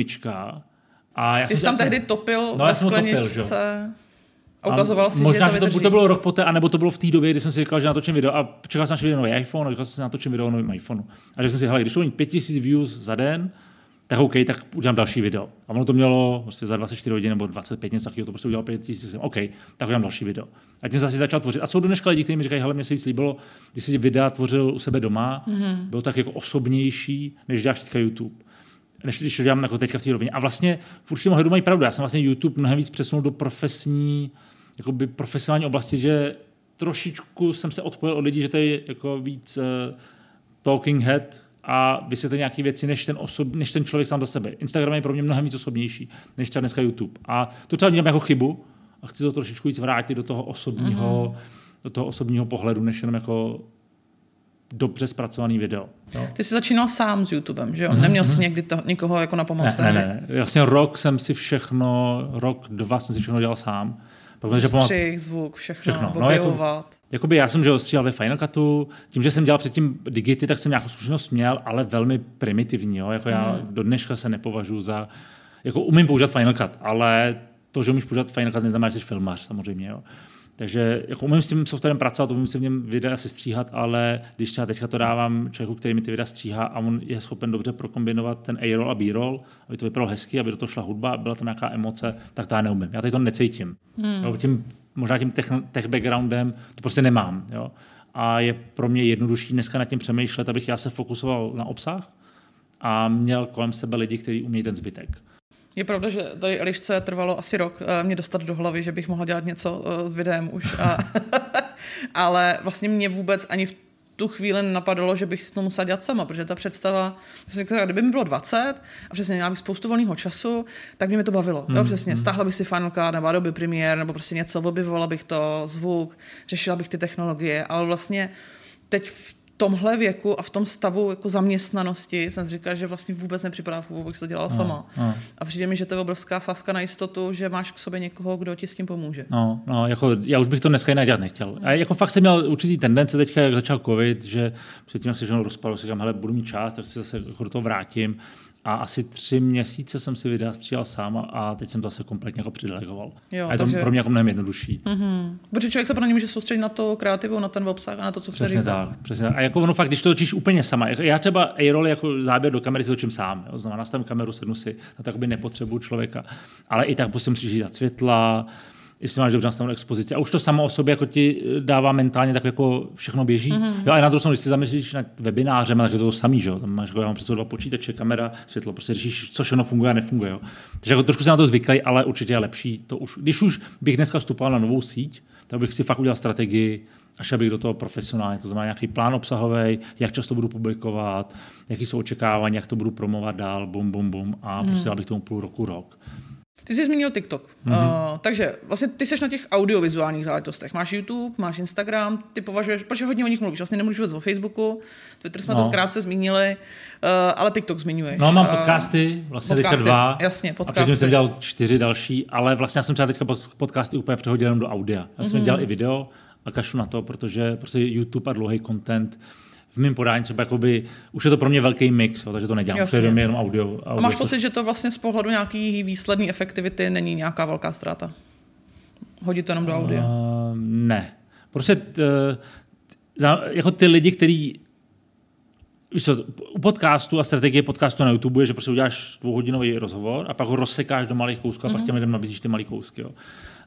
A já Ty jsi tam tehdy topil no, ve skleničce a ukazoval si, možná, že to vydrží. To, to bylo rok poté, anebo to bylo v té době, kdy jsem si říkal, že natočím video a čekal jsem na video nový iPhone a říkal jsem si, natočím video o novém iPhoneu. A řekl jsem si, hele, když to mít pět tisíc views za den, tak OK, tak udělám další video. A ono to mělo vlastně za dvacet čtyři hodin nebo dvacet pět něco takového, to prostě udělal pět tisíc, OK, tak udělám další video. A tím zase začal tvořit. A jsou do dneška lidi, kteří mi říkají, hele, mě se víc líbilo, když si videa tvořil u sebe doma, mm-hmm. bylo tak jako osobnější, než děláš teďka YouTube. Než když to dělám jako teďka v té rovině. A vlastně v určitém ohledu mají pravdu. Já jsem vlastně YouTube mnohem víc přesunul do profesní, jakoby profesionální oblasti, že trošičku jsem se odpojil od lidí, že to je jako víc uh, talking head a vysvětlit nějaké věci, než ten, osob, než ten člověk sám za sebe. Instagram je pro mě mnohem víc osobnější, než třeba dneska YouTube. A to třeba dělám jako chybu a chci to trošičku víc vrátit do toho osobního, mm-hmm. do toho osobního pohledu, než jenom jako dobře zpracovaný video. Jo. Ty jsi začínal sám s YouTubem, že jo? Mm-hmm. Neměl jsi někdy to, nikoho jako na pomoc? Ne, ne, ne. Vlastně rok jsem si všechno, rok, dva jsem si všechno dělal sám. Střih, zvuk, všechno, všechno. objevovat. No, jako, jakoby já jsem že stříhal ve Final Cutu, tím, že jsem dělal předtím digity, tak jsem nějakou zkušenost měl, ale velmi primitivní. Jo? Jako mm. já do dneška se nepovažuji za... Jako umím používat Final Cut, ale to, že umíš používat Final Cut, neznamená, že jsi filmař samozřejmě. Jo? Takže jako umím s tím softwarem pracovat, umím si v něm videa si stříhat, ale když třeba teďka to dávám člověku, který mi ty videa stříhá a on je schopen dobře prokombinovat ten A-roll a B-roll, aby to vypadalo hezky, aby do toho šla hudba, byla tam nějaká emoce, tak to já neumím. Já tady to necítím. Hmm. Jo, tím, možná tím tech, tech backgroundem to prostě nemám. Jo. A je pro mě jednodušší dneska nad tím přemýšlet, abych já se fokusoval na obsah a měl kolem sebe lidi, kteří umějí ten zbytek. Je pravda, že tady Elišce trvalo asi rok mě dostat do hlavy, že bych mohla dělat něco s videem už. A ale vlastně mě vůbec ani v tu chvíli napadlo, že bych to musela dělat sama, protože ta představa, kdyby mi bylo dvacet a přesně měla bych spoustu volného času, tak by mi to bavilo. Mm, jo, přesně. Mm. Stáhla bych si Final Cut nebo Adobe Premiere nebo prostě něco, objevovala bych to, zvuk, řešila bych ty technologie, ale vlastně teď v tomhle věku a v tom stavu jako zaměstnanosti jsem si říkala, že vlastně vůbec nepřipadá, abych to dělala no, sama. No. A přijde mi, že to je obrovská sázka na jistotu, že máš k sobě někoho, kdo ti s tím pomůže. No, no jako já už bych to dneska jinak dělat nechtěl. A jako fakt jsem měl určitý tendence teďka, jak začal covid, že předtím, jak se ženou rozpadl, si říkám, hele, budu mít čas, tak se zase do toho vrátím. A asi tři měsíce jsem si videa stříhal sám a teď jsem to asi kompletně jako přidelegoval. Jo, a je to takže... pro mě jako mnohem jednodušší. Mm-hmm. Protože člověk se pro ně může soustředit na to kreativu, na ten obsah a na to, co chce přesně tak, přesně tak. A jako ono fakt, když to točíš úplně sama. Já třeba A-roll jako záběr do kamery si točím sám. Jo. Znamená, nastavím kameru, sednu si, na to jakoby nepotřebuju člověka. Ale i tak musím si dát světla, jestli máš dobře nastavenou expozici. A už to samo o sobě jako ti dává mentálně tak jako všechno běží. Mm-hmm. Jo, a na druhou stranu, když si zaměříš na webinářem, tak je to samý, že jo. Tam máš, jako, já mám přes dva počítače, kamera, světlo, prostě řešíš, co všechno funguje a nefunguje, jo. Takže jako trošku se na to zvyklý, ale určitě je lepší to už. Když už bych dneska vstupoval na novou síť, tak bych si fakt udělal strategii a šel bych do toho profesionálně. To znamená nějaký plán obsahový, jak často budu publikovat, jaký jsou očekávání, jak to budu promovat dál, bum, bum, bum a mm. prostě dal bych tomu půl roku, rok. Ty jsi zmínil TikTok, mm-hmm. uh, takže vlastně ty seš na těch audiovizuálních záležitostech. Máš YouTube, máš Instagram, ty považuješ, protože hodně o nich mluvíš, vlastně nemluvíš o Facebooku, Twitter jsme no. to krátce zmínili, uh, ale TikTok zmiňuješ. No, mám podcasty, vlastně podcasty, teďka dva. Jasně, podcasty. A předtím jsem dělal čtyři další, ale vlastně já jsem třeba teďka podcasty úplně přehodil jenom do audia. Já jsem mm-hmm. dělal i video a kašlu na to, protože prostě YouTube a dlouhý content v mém podání třeba jakoby, už je to pro mě velký mix, jo, takže to nedělám, už je jenom audio. audio a máš pocit, že to vlastně z pohledu nějaký výsledný efektivity není nějaká velká ztráta? Hodit to jenom do audia? Uh, ne. Prostě t, za, jako ty lidi, kteří víš co, u podcastu a strategie podcastu na YouTube je, že prostě uděláš dvouhodinový rozhovor a pak ho rozsekáš do malých kousků a mm-hmm. pak těm lidem nabízíš ty malý kousky. Jo.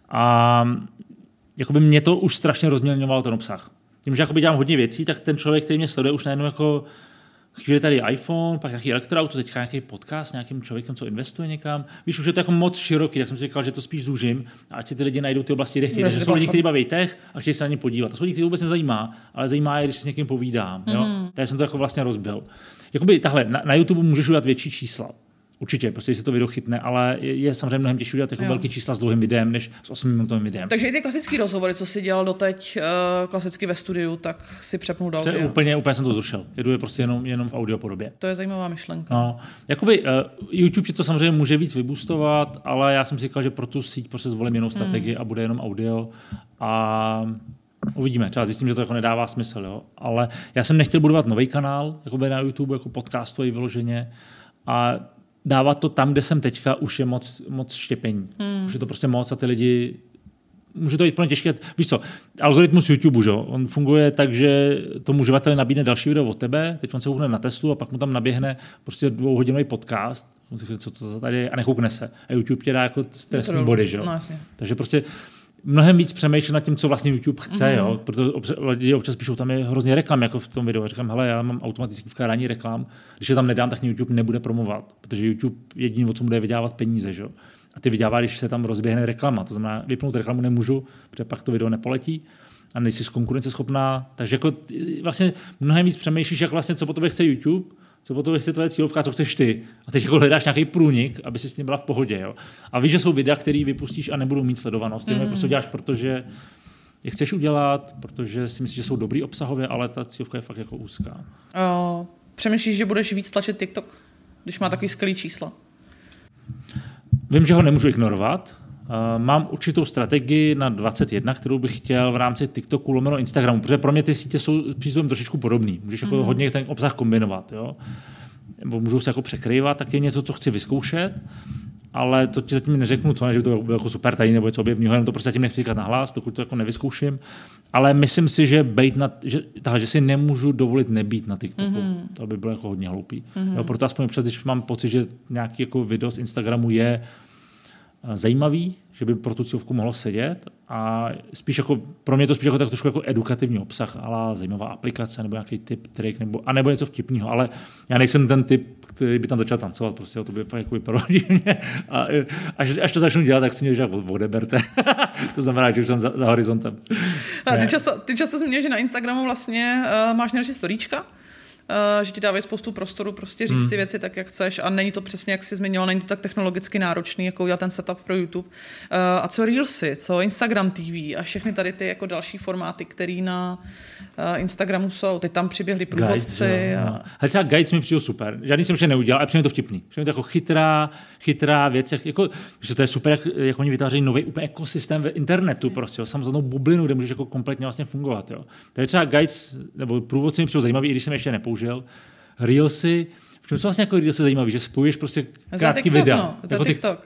A jakoby mě to už strašně rozmělňovalo ten obsah. Tím, že jakoby dělám hodně věcí, tak ten člověk, který mě sleduje, už najednou jako chvíli tady iPhone, pak nějaký elektroauto, teďka nějaký podcast s nějakým člověkem, co investuje někam. Víš, už je to jako moc široký, tak jsem si říkal, že to spíš zúžím, a ať si ty lidi najdou ty oblasti, kde chtějí. Takže jsou lidi, kteří baví tech a chtějí se na ně podívat. To jsou lidi, kteří vůbec nezajímá, ale zajímá je, když si s někým povídám. Jo? Mm. Takže jsem to jako vlastně rozbil. Jakoby tahle, na, na YouTube můžeš udělat větší čísla. Určitě, prostě se to video chytne, ale je, je samozřejmě mnohem těžší udělat jako velký čísla s dlouhým videem, než s osmiminutovým videem. Takže i ty klasické rozhovory, co jsi dělal doteď uh, klasicky ve studiu, tak si přepnul do audia. Úplně, úplně jsem to zrušil. Jedu je prostě jenom, jenom v audio podobě. To je zajímavá myšlenka. No, jakoby uh, YouTube ti to samozřejmě může víc vyboostovat, ale já jsem si říkal, že pro tu síť prostě zvolím jinou strategii mm. a bude jenom audio a uvidíme, třeba zjistím, že to jako nedává smysl, jo? Ale já jsem nechtěl budovat nový kanál, jako na YouTube, jako podcastový vyloženě a dávat to tam, kde jsem teďka, už je moc, moc štěpení. Hmm. Už je to prostě moc a ty lidi, může to být plně těžké. Víš co, algoritmus YouTube, že? On funguje tak, že tomu uživateli nabídne další video od tebe, teď on se koukne na Teslu a pak mu tam naběhne prostě dvouhodinový podcast, on si říká, co to tady je, a nekoukne se. A YouTube tě dá jako stresný body, že? No, takže prostě mnohem víc přemýšlet nad tím, co vlastně YouTube chce, mm-hmm. jo? Protože lidi občas píšou, tam je hrozně reklam, jako v tom videu. Já říkám, hele, já mám automaticky vkládání reklam, když je tam nedám, tak YouTube nebude promovat, protože YouTube jediný, o co bude vydělávat peníze, že? A ty vydělává, když se tam rozběhne reklama. To znamená, vypnout reklamu nemůžu, protože pak to video nepoletí a nejsi konkurenceschopná. Takže jako vlastně mnohem víc přemýšlíš, jak vlastně, co po tobě chce YouTube, co po tobě chce tvoje cílovka, co chceš ty. A teď jako hledáš nějaký průnik, aby si s tím byla v pohodě. Jo? A víš, že jsou videa, které vypustíš a nebudou mít sledovanost. Ty mm. je prostě děláš, protože je chceš udělat, protože si myslíš, že jsou dobrý obsahově, ale ta cílovka je fakt jako úzká. Uh, přemýšlíš, že budeš víc tlačit TikTok, když má takový skvělý čísla? Vím, že ho nemůžu ignorovat. Uh, mám určitou strategii na dvacet jedna, kterou bych chtěl v rámci TikToku lomeno Instagramu, protože pro mě ty sítě jsou přístupem trošičku podobný. Můžeš jako mm. hodně ten obsah kombinovat, jo? Nebo můžou se jako překrývat, tak je něco, co chci vyzkoušet, ale to ti zatím neřeknu, co ne, že by to bylo jako super tajný nebo něco objevného, jenom to prostě zatím nechci říkat nahlas, dokud to jako nevyzkouším. Ale myslím si, že bejt na, že, tahle, že si nemůžu dovolit nebýt na TikToku. Mm. To by bylo jako hodně hloupý. Mm. Jo, proto aspoň občas, když mám pocit, že nějaký jako video z Instagramu je zajímavý, že by pro tu cílovku mohlo sedět a spíš jako, pro mě to spíš jako tak trošku jako edukativní obsah, ale zajímavá aplikace nebo nějaký tip, trik, nebo, a nebo něco vtipného, ale já nejsem ten typ, který by tam začal tancovat, prostě to by fakt jako vypadalo divně a až, až to začnu dělat, tak si mě už odeberte. To znamená, že už jsem za, za horizontem. Ty často, ty často zmínil, že na Instagramu vlastně uh, máš nejlepší storíčka. uh, že ti dávají spoustu prostoru prostě říct hmm. ty věci tak, jak chceš a není to přesně, jak jsi zmiňoval, není to tak technologicky náročný, jako udělat ten setup pro YouTube. Uh, a co Reelsy, co Instagram T V a všechny tady ty jako další formáty, které na uh, Instagramu jsou. Teď tam přiběhli průvodci. Guides, a... no. Ale třeba Guides mi přijde super. Žádný jsem ještě neudělal, ale přijde to vtipný. Přijde to jako chytrá, chytrá věc. Jak, jako, že to je super, jak, jak oni vytvářejí nový úplně ekosystém v internetu, prostě, samozřejmě bublinu, kde můžeš jako kompletně vlastně fungovat. Jo. To je třeba Guides, nebo průvodci mi přijde zajímavý, i když jsem ještě nepoužil. Reelsy, v čem jsou vlastně jako Reelsy zajímavý, že spojuješ prostě krátký TikTok, videa. No, to jako TikTok.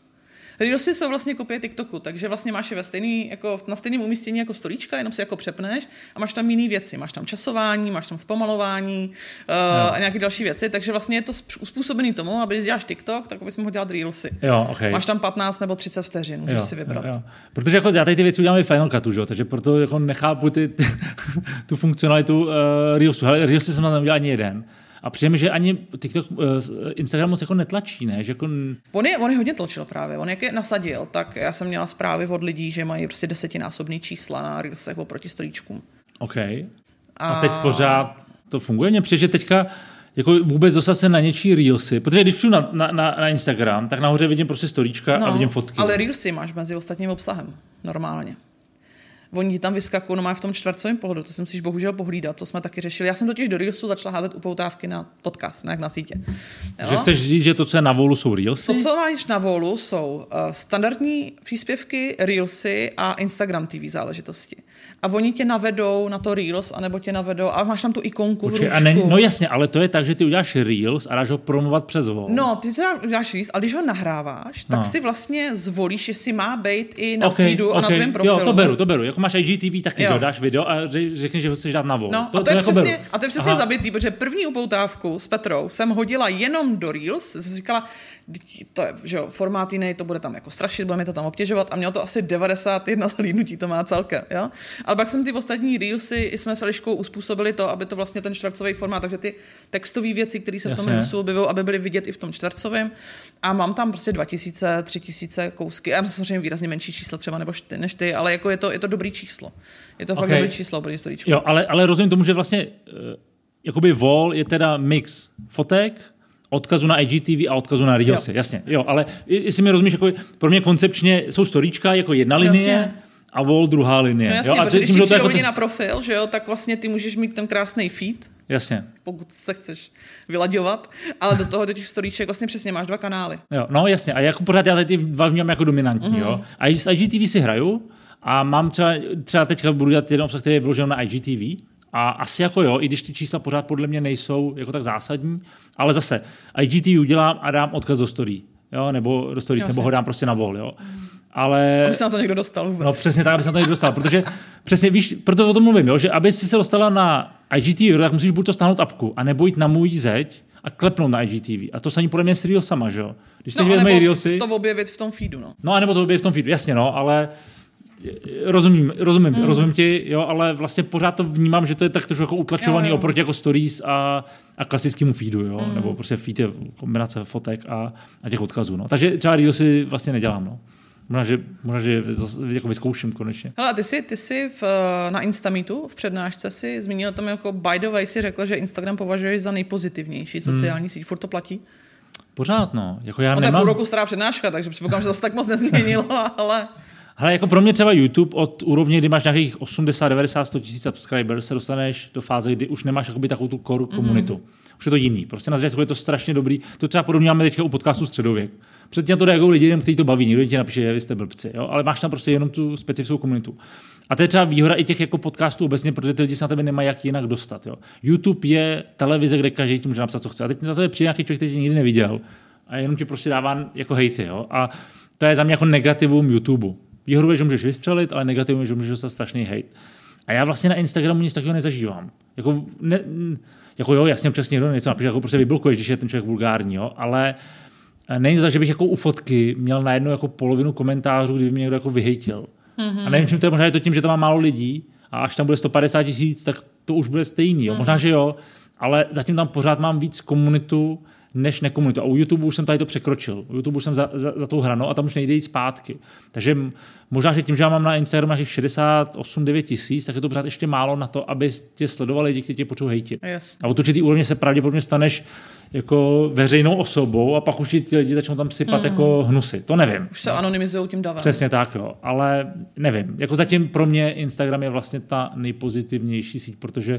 Reelsy jsou vlastně kopie TikToku, takže vlastně máš je ve stejný, jako na stejném umístění jako storíčka, jenom si jako přepneš a máš tam jiné věci. Máš tam časování, máš tam zpomalování uh, no. a nějaké další věci, takže vlastně je to uspůsobený tomu, aby děláš TikTok, tak abys mohl dělat Reelsy. Jo, okay. Máš tam patnáct nebo třicet vteřin, můžeš jo, si vybrat. Jo, jo. Protože jako já tady ty věci udělám i Final Cutu, že? Takže proto jako nechápu ty, ty, tu funkcionalitu uh, Reelsu. Hele, Reelsy jsem tam neudělal ani jeden. A přijeme, že ani TikTok, Instagram moc jako netlačí, ne? Že jako... On, je, on je hodně tlačil právě. On jak je nasadil, tak já jsem měla zprávy od lidí, že mají prostě desetinásobný čísla na Reelsech oproti storíčkům. OK. A, a teď pořád to funguje? Mně přijde, že teďka jako vůbec dostat se na něčí Reelsy, protože když přijdu na, na, na, na Instagram, tak nahoře vidím prostě storíčka no, a vidím fotky. Ale Reelsy máš mezi ostatním obsahem. Normálně. Oni ti tam vyskakují, no má v tom čtvercovém pohledu, to si musíš bohužel pohlídat, to jsme taky řešili. Já jsem totiž do Reelsu začala házet upoutávky na podcast, ne jak na sítě. Jo? Že chceš říct, že to, co je na Volu, jsou Reelsy? To, co máš na Volu, jsou uh, standardní příspěvky, Reelsy a Instagram T V záležitosti. A oni tě navedou na to Reels, anebo tě navedou, a máš tam tu ikonku Počkej, v růžku. A ne, no jasně, ale to je tak, že ty uděláš Reels a dáš ho promovat přes Vol. No, ty si uděláš Reels, a když ho nahráváš, tak no. si vlastně zvolíš, jestli má být i na okay, feedu okay. a na tvém profilu. Jo, to beru, to beru. Jako máš I G T V, taky jo. Dáš video a řekneš, že ho chceš dát na Vol. No, to, a, to je to jako přesně, beru. a to je přesně Aha. zabitý, protože první upoutávku s Petrou jsem hodila jenom do Reels, říkala, to je, že jo, formát jiný, to bude tam jako strašit, budeme to tam obtěžovat a mělo to asi devadesát jedna zhlídnutí, to má celkem, jo. Ale pak jsem ty ostatní Reelsy jsme s Eliškou uspůsobili to, aby to vlastně ten čtvercový formát, takže ty textové věci, které se v tom Reelsu objevují, aby byly vidět i v tom čtvercovém. A mám tam prostě dva tisíce, tři tisíce kousky. Já mám samozřejmě výrazně menší číslo třeba nebo ty, než ty, ale jako je to, je to dobrý číslo. Je to okay. fakt dobrý číslo pro historičku. Jo, ale, ale rozumím tomu, že vlastně uh, jakoby Vol je teda mix fotek, odkazu na I G T V a odkazu na Reelsy, jo. Jasně. Jo, ale jestli mi rozumíš, jako pro mě koncepčně jsou storíčka jako jedna linie, jasně. A Vol druhá linie. No jasně, jo? A protože tím, když ti přijdou jako lidi ten... na profil, že jo, tak vlastně ty můžeš mít ten krásný feed. Jasně. Pokud se chceš vylaďovat, ale do toho, do těch storíček vlastně přesně máš dva kanály. Jo, no jasně. A jako pořád já tady ty dva vnímám jako dominantní, mm-hmm. jo. A s I G T V si hraju a mám třeba, třeba teďka budu dělat jeden obsah, který je vložen na I G T V. A asi jako jo, i když ty čísla pořád podle mě nejsou jako tak zásadní, ale zase I G T V udělám a dám odkaz do story, jo, nebo do stories, nebo ho dám prostě na Vol, jo. Ale... Aby se na to někdo dostal vůbec. No přesně tak, aby se na to někdo dostal, protože přesně víš, proto o tom mluvím, jo, že aby si se dostala na I G T V, tak musíš buď to stáhnout apku, a nebo jít na můj zeď a klepnout na I G T V. A to samé podle mě s Reelsama, že jo. Když no, se nebo Reelsy, to objevit v tom feedu, no. No, anebo to objevit v tom feedu, jasně, no, ale rozumím, rozumím, mm. rozumím ti, jo, ale vlastně pořád to vnímám, že to je tak trošku jako utlačovaný jo, jo. oproti jako stories a, a klasickému feedu, jo, mm. nebo prostě feed je kombinace fotek a, a těch odkazů, no. Takže třeba Reelsy vlastně nedělám, no. Možná, že, možná, že jako vyzkouším konečně. Hele, ty jsi, ty jsi v, na Instameetu v přednášce si zmínil tam jako by the way si řekl, že Instagram považuješ za nejpozitivnější sociální hmm. síť. Furt to platí? Pořád, no. Jako já no nemám... to je půl roku stará přednáška, takže předpokládám, že zase tak moc nezměnilo, ale... Hele, jako pro mě třeba YouTube od úrovně, kdy máš nějakých osmdesát, devadesát, sto tisíc subscribers, se dostaneš do fáze, kdy už nemáš jakoby takovou tu core komunitu. Mm-hmm. Už je to jiný. Prostě na začátku je to strašně dobrý. To třeba podobně máme teďka u podcastu Středověk. Předtím na to reagují lidi, kteří to baví. Někdo ti napíše, že vy jste blbci, jo? Ale máš tam prostě jenom tu specifickou komunitu. A to je třeba výhoda i těch jako podcastů obecně, protože ty lidi se na tebe nemají jak jinak dostat. Jo? YouTube je televize, kde každý ti může napsat, co chce. A teď na to je přijde nějaký člověk, který tě nikdy neviděl. A jenom ti prostě dává jako hejty. Jo? A to je za mě jako negativum YouTube. Výhodou je, že můžeš vystřelit, ale negativum je, že můžeš dostat strašný hejt. A já vlastně na Instagramu nic takového nezažívám. Jako, ne, jako jo, jasně občas někdo něco napíše, jako prostě vyblokuješ, když je ten člověk vulgární, jo, ale není to tak, že bych jako u fotky měl najednou jako polovinu komentářů, kdyby mě někdo jako vyhejtil. Mm-hmm. A nevím, čím to je, možná je to tím, že to má málo lidí a až tam bude sto padesát tisíc, tak to už bude stejný. Jo. Mm-hmm. Možná, že jo, ale zatím tam pořád mám víc komunitu, než nekomunitu. A u YouTube už jsem tady to překročil. U YouTube už jsem za, za, za tou hranou a tam už nejde jít zpátky. Takže možná, že tím, že já mám na Instagramu nějakých šedesát osm devět tisíc, tak je to pořád ještě málo na to, aby tě sledovali lidi, kteří tě potřebují hejtit. Yes. A od určitý úrovně se pravděpodobně staneš jako veřejnou osobou a pak už ti lidi začnou tam sypat mm. jako hnusy. To nevím. Už se anonymizují tím davem. Přesně tak, jo. Ale nevím. Jako zatím pro mě Instagram je vlastně ta nejpozitivnější síť, protože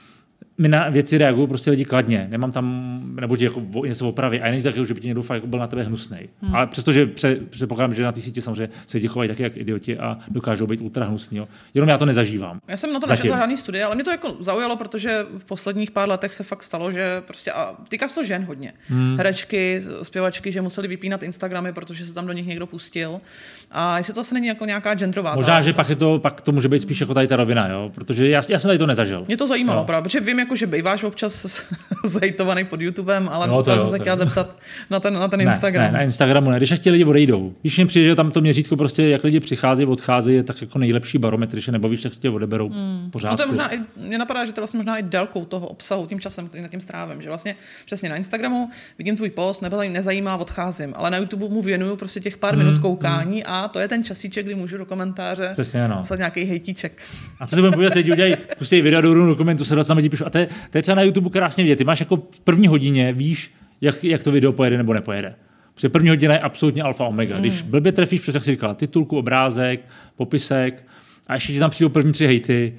my na věci reagují prostě lidi kladně. Nemám tam, nebo ti jako něco opraví. A není tak, že by ti někdo fakt byl na tebe hnusnej. Hmm. Ale přestože předpokládám, že na té síti samozřejmě se lidi chovají taky jak idioti a dokážou být ultra hnusný. Jo. Jenom já to nezažívám. Já jsem na to nečetla žádný studie, ale mě to jako zaujalo, protože v posledních pár letech se fakt stalo, že prostě, a týká se to žen hodně. Hmm. Herečky, zpěvačky, že museli vypínat Instagramy, protože se tam do nich někdo pustil. A jestli to asi není jako nějaká genderová. Možná, že pak, je to, pak to může být spíš jako tady ta rovina, jo? Protože já, já jsem tady to nezažil. Mě to zajímalo, no. Právě, protože vím, jako, že býváš občas zhejtovaný pod YouTubem, ale no, jsem se chtěla zeptat na ten, na ten ne, Instagram. Ne, na Instagramu ne, když jak ti lidi odejdou. Když mi přijde, že tam to měřítko prostě, jak lidi přicházejí, odcházejí, je tak jako nejlepší barometr, když se nebavíš, tak tě odeberou hmm. pořád. No to je možná i, mě napadá, že to vlastně možná i délkou toho obsahu, tím časem, který nad tím strávím, že vlastně přesně na Instagramu vidím tvůj post, nebo tady nezajímá, odcházím, ale na YouTube mu věnuju prostě těch pár hmm. minut koukání hmm. a to je ten časíček, kdy můžu do komentáře přesně, no. napsat nějaký hejtíček. A co se budeme povídat, teď udělají, pustí video do, do komentu, se dvacet lidí píšu. A to je, to je třeba na YouTube krásně vidět. Ty máš jako v první hodině, víš, jak, jak to video pojede nebo nepojede. Protože první hodina je absolutně alfa omega. Mm. Když blbě trefíš přes, jak jsi říkala, titulku, obrázek, popisek a ještě ti tam přijdou první tři hejty,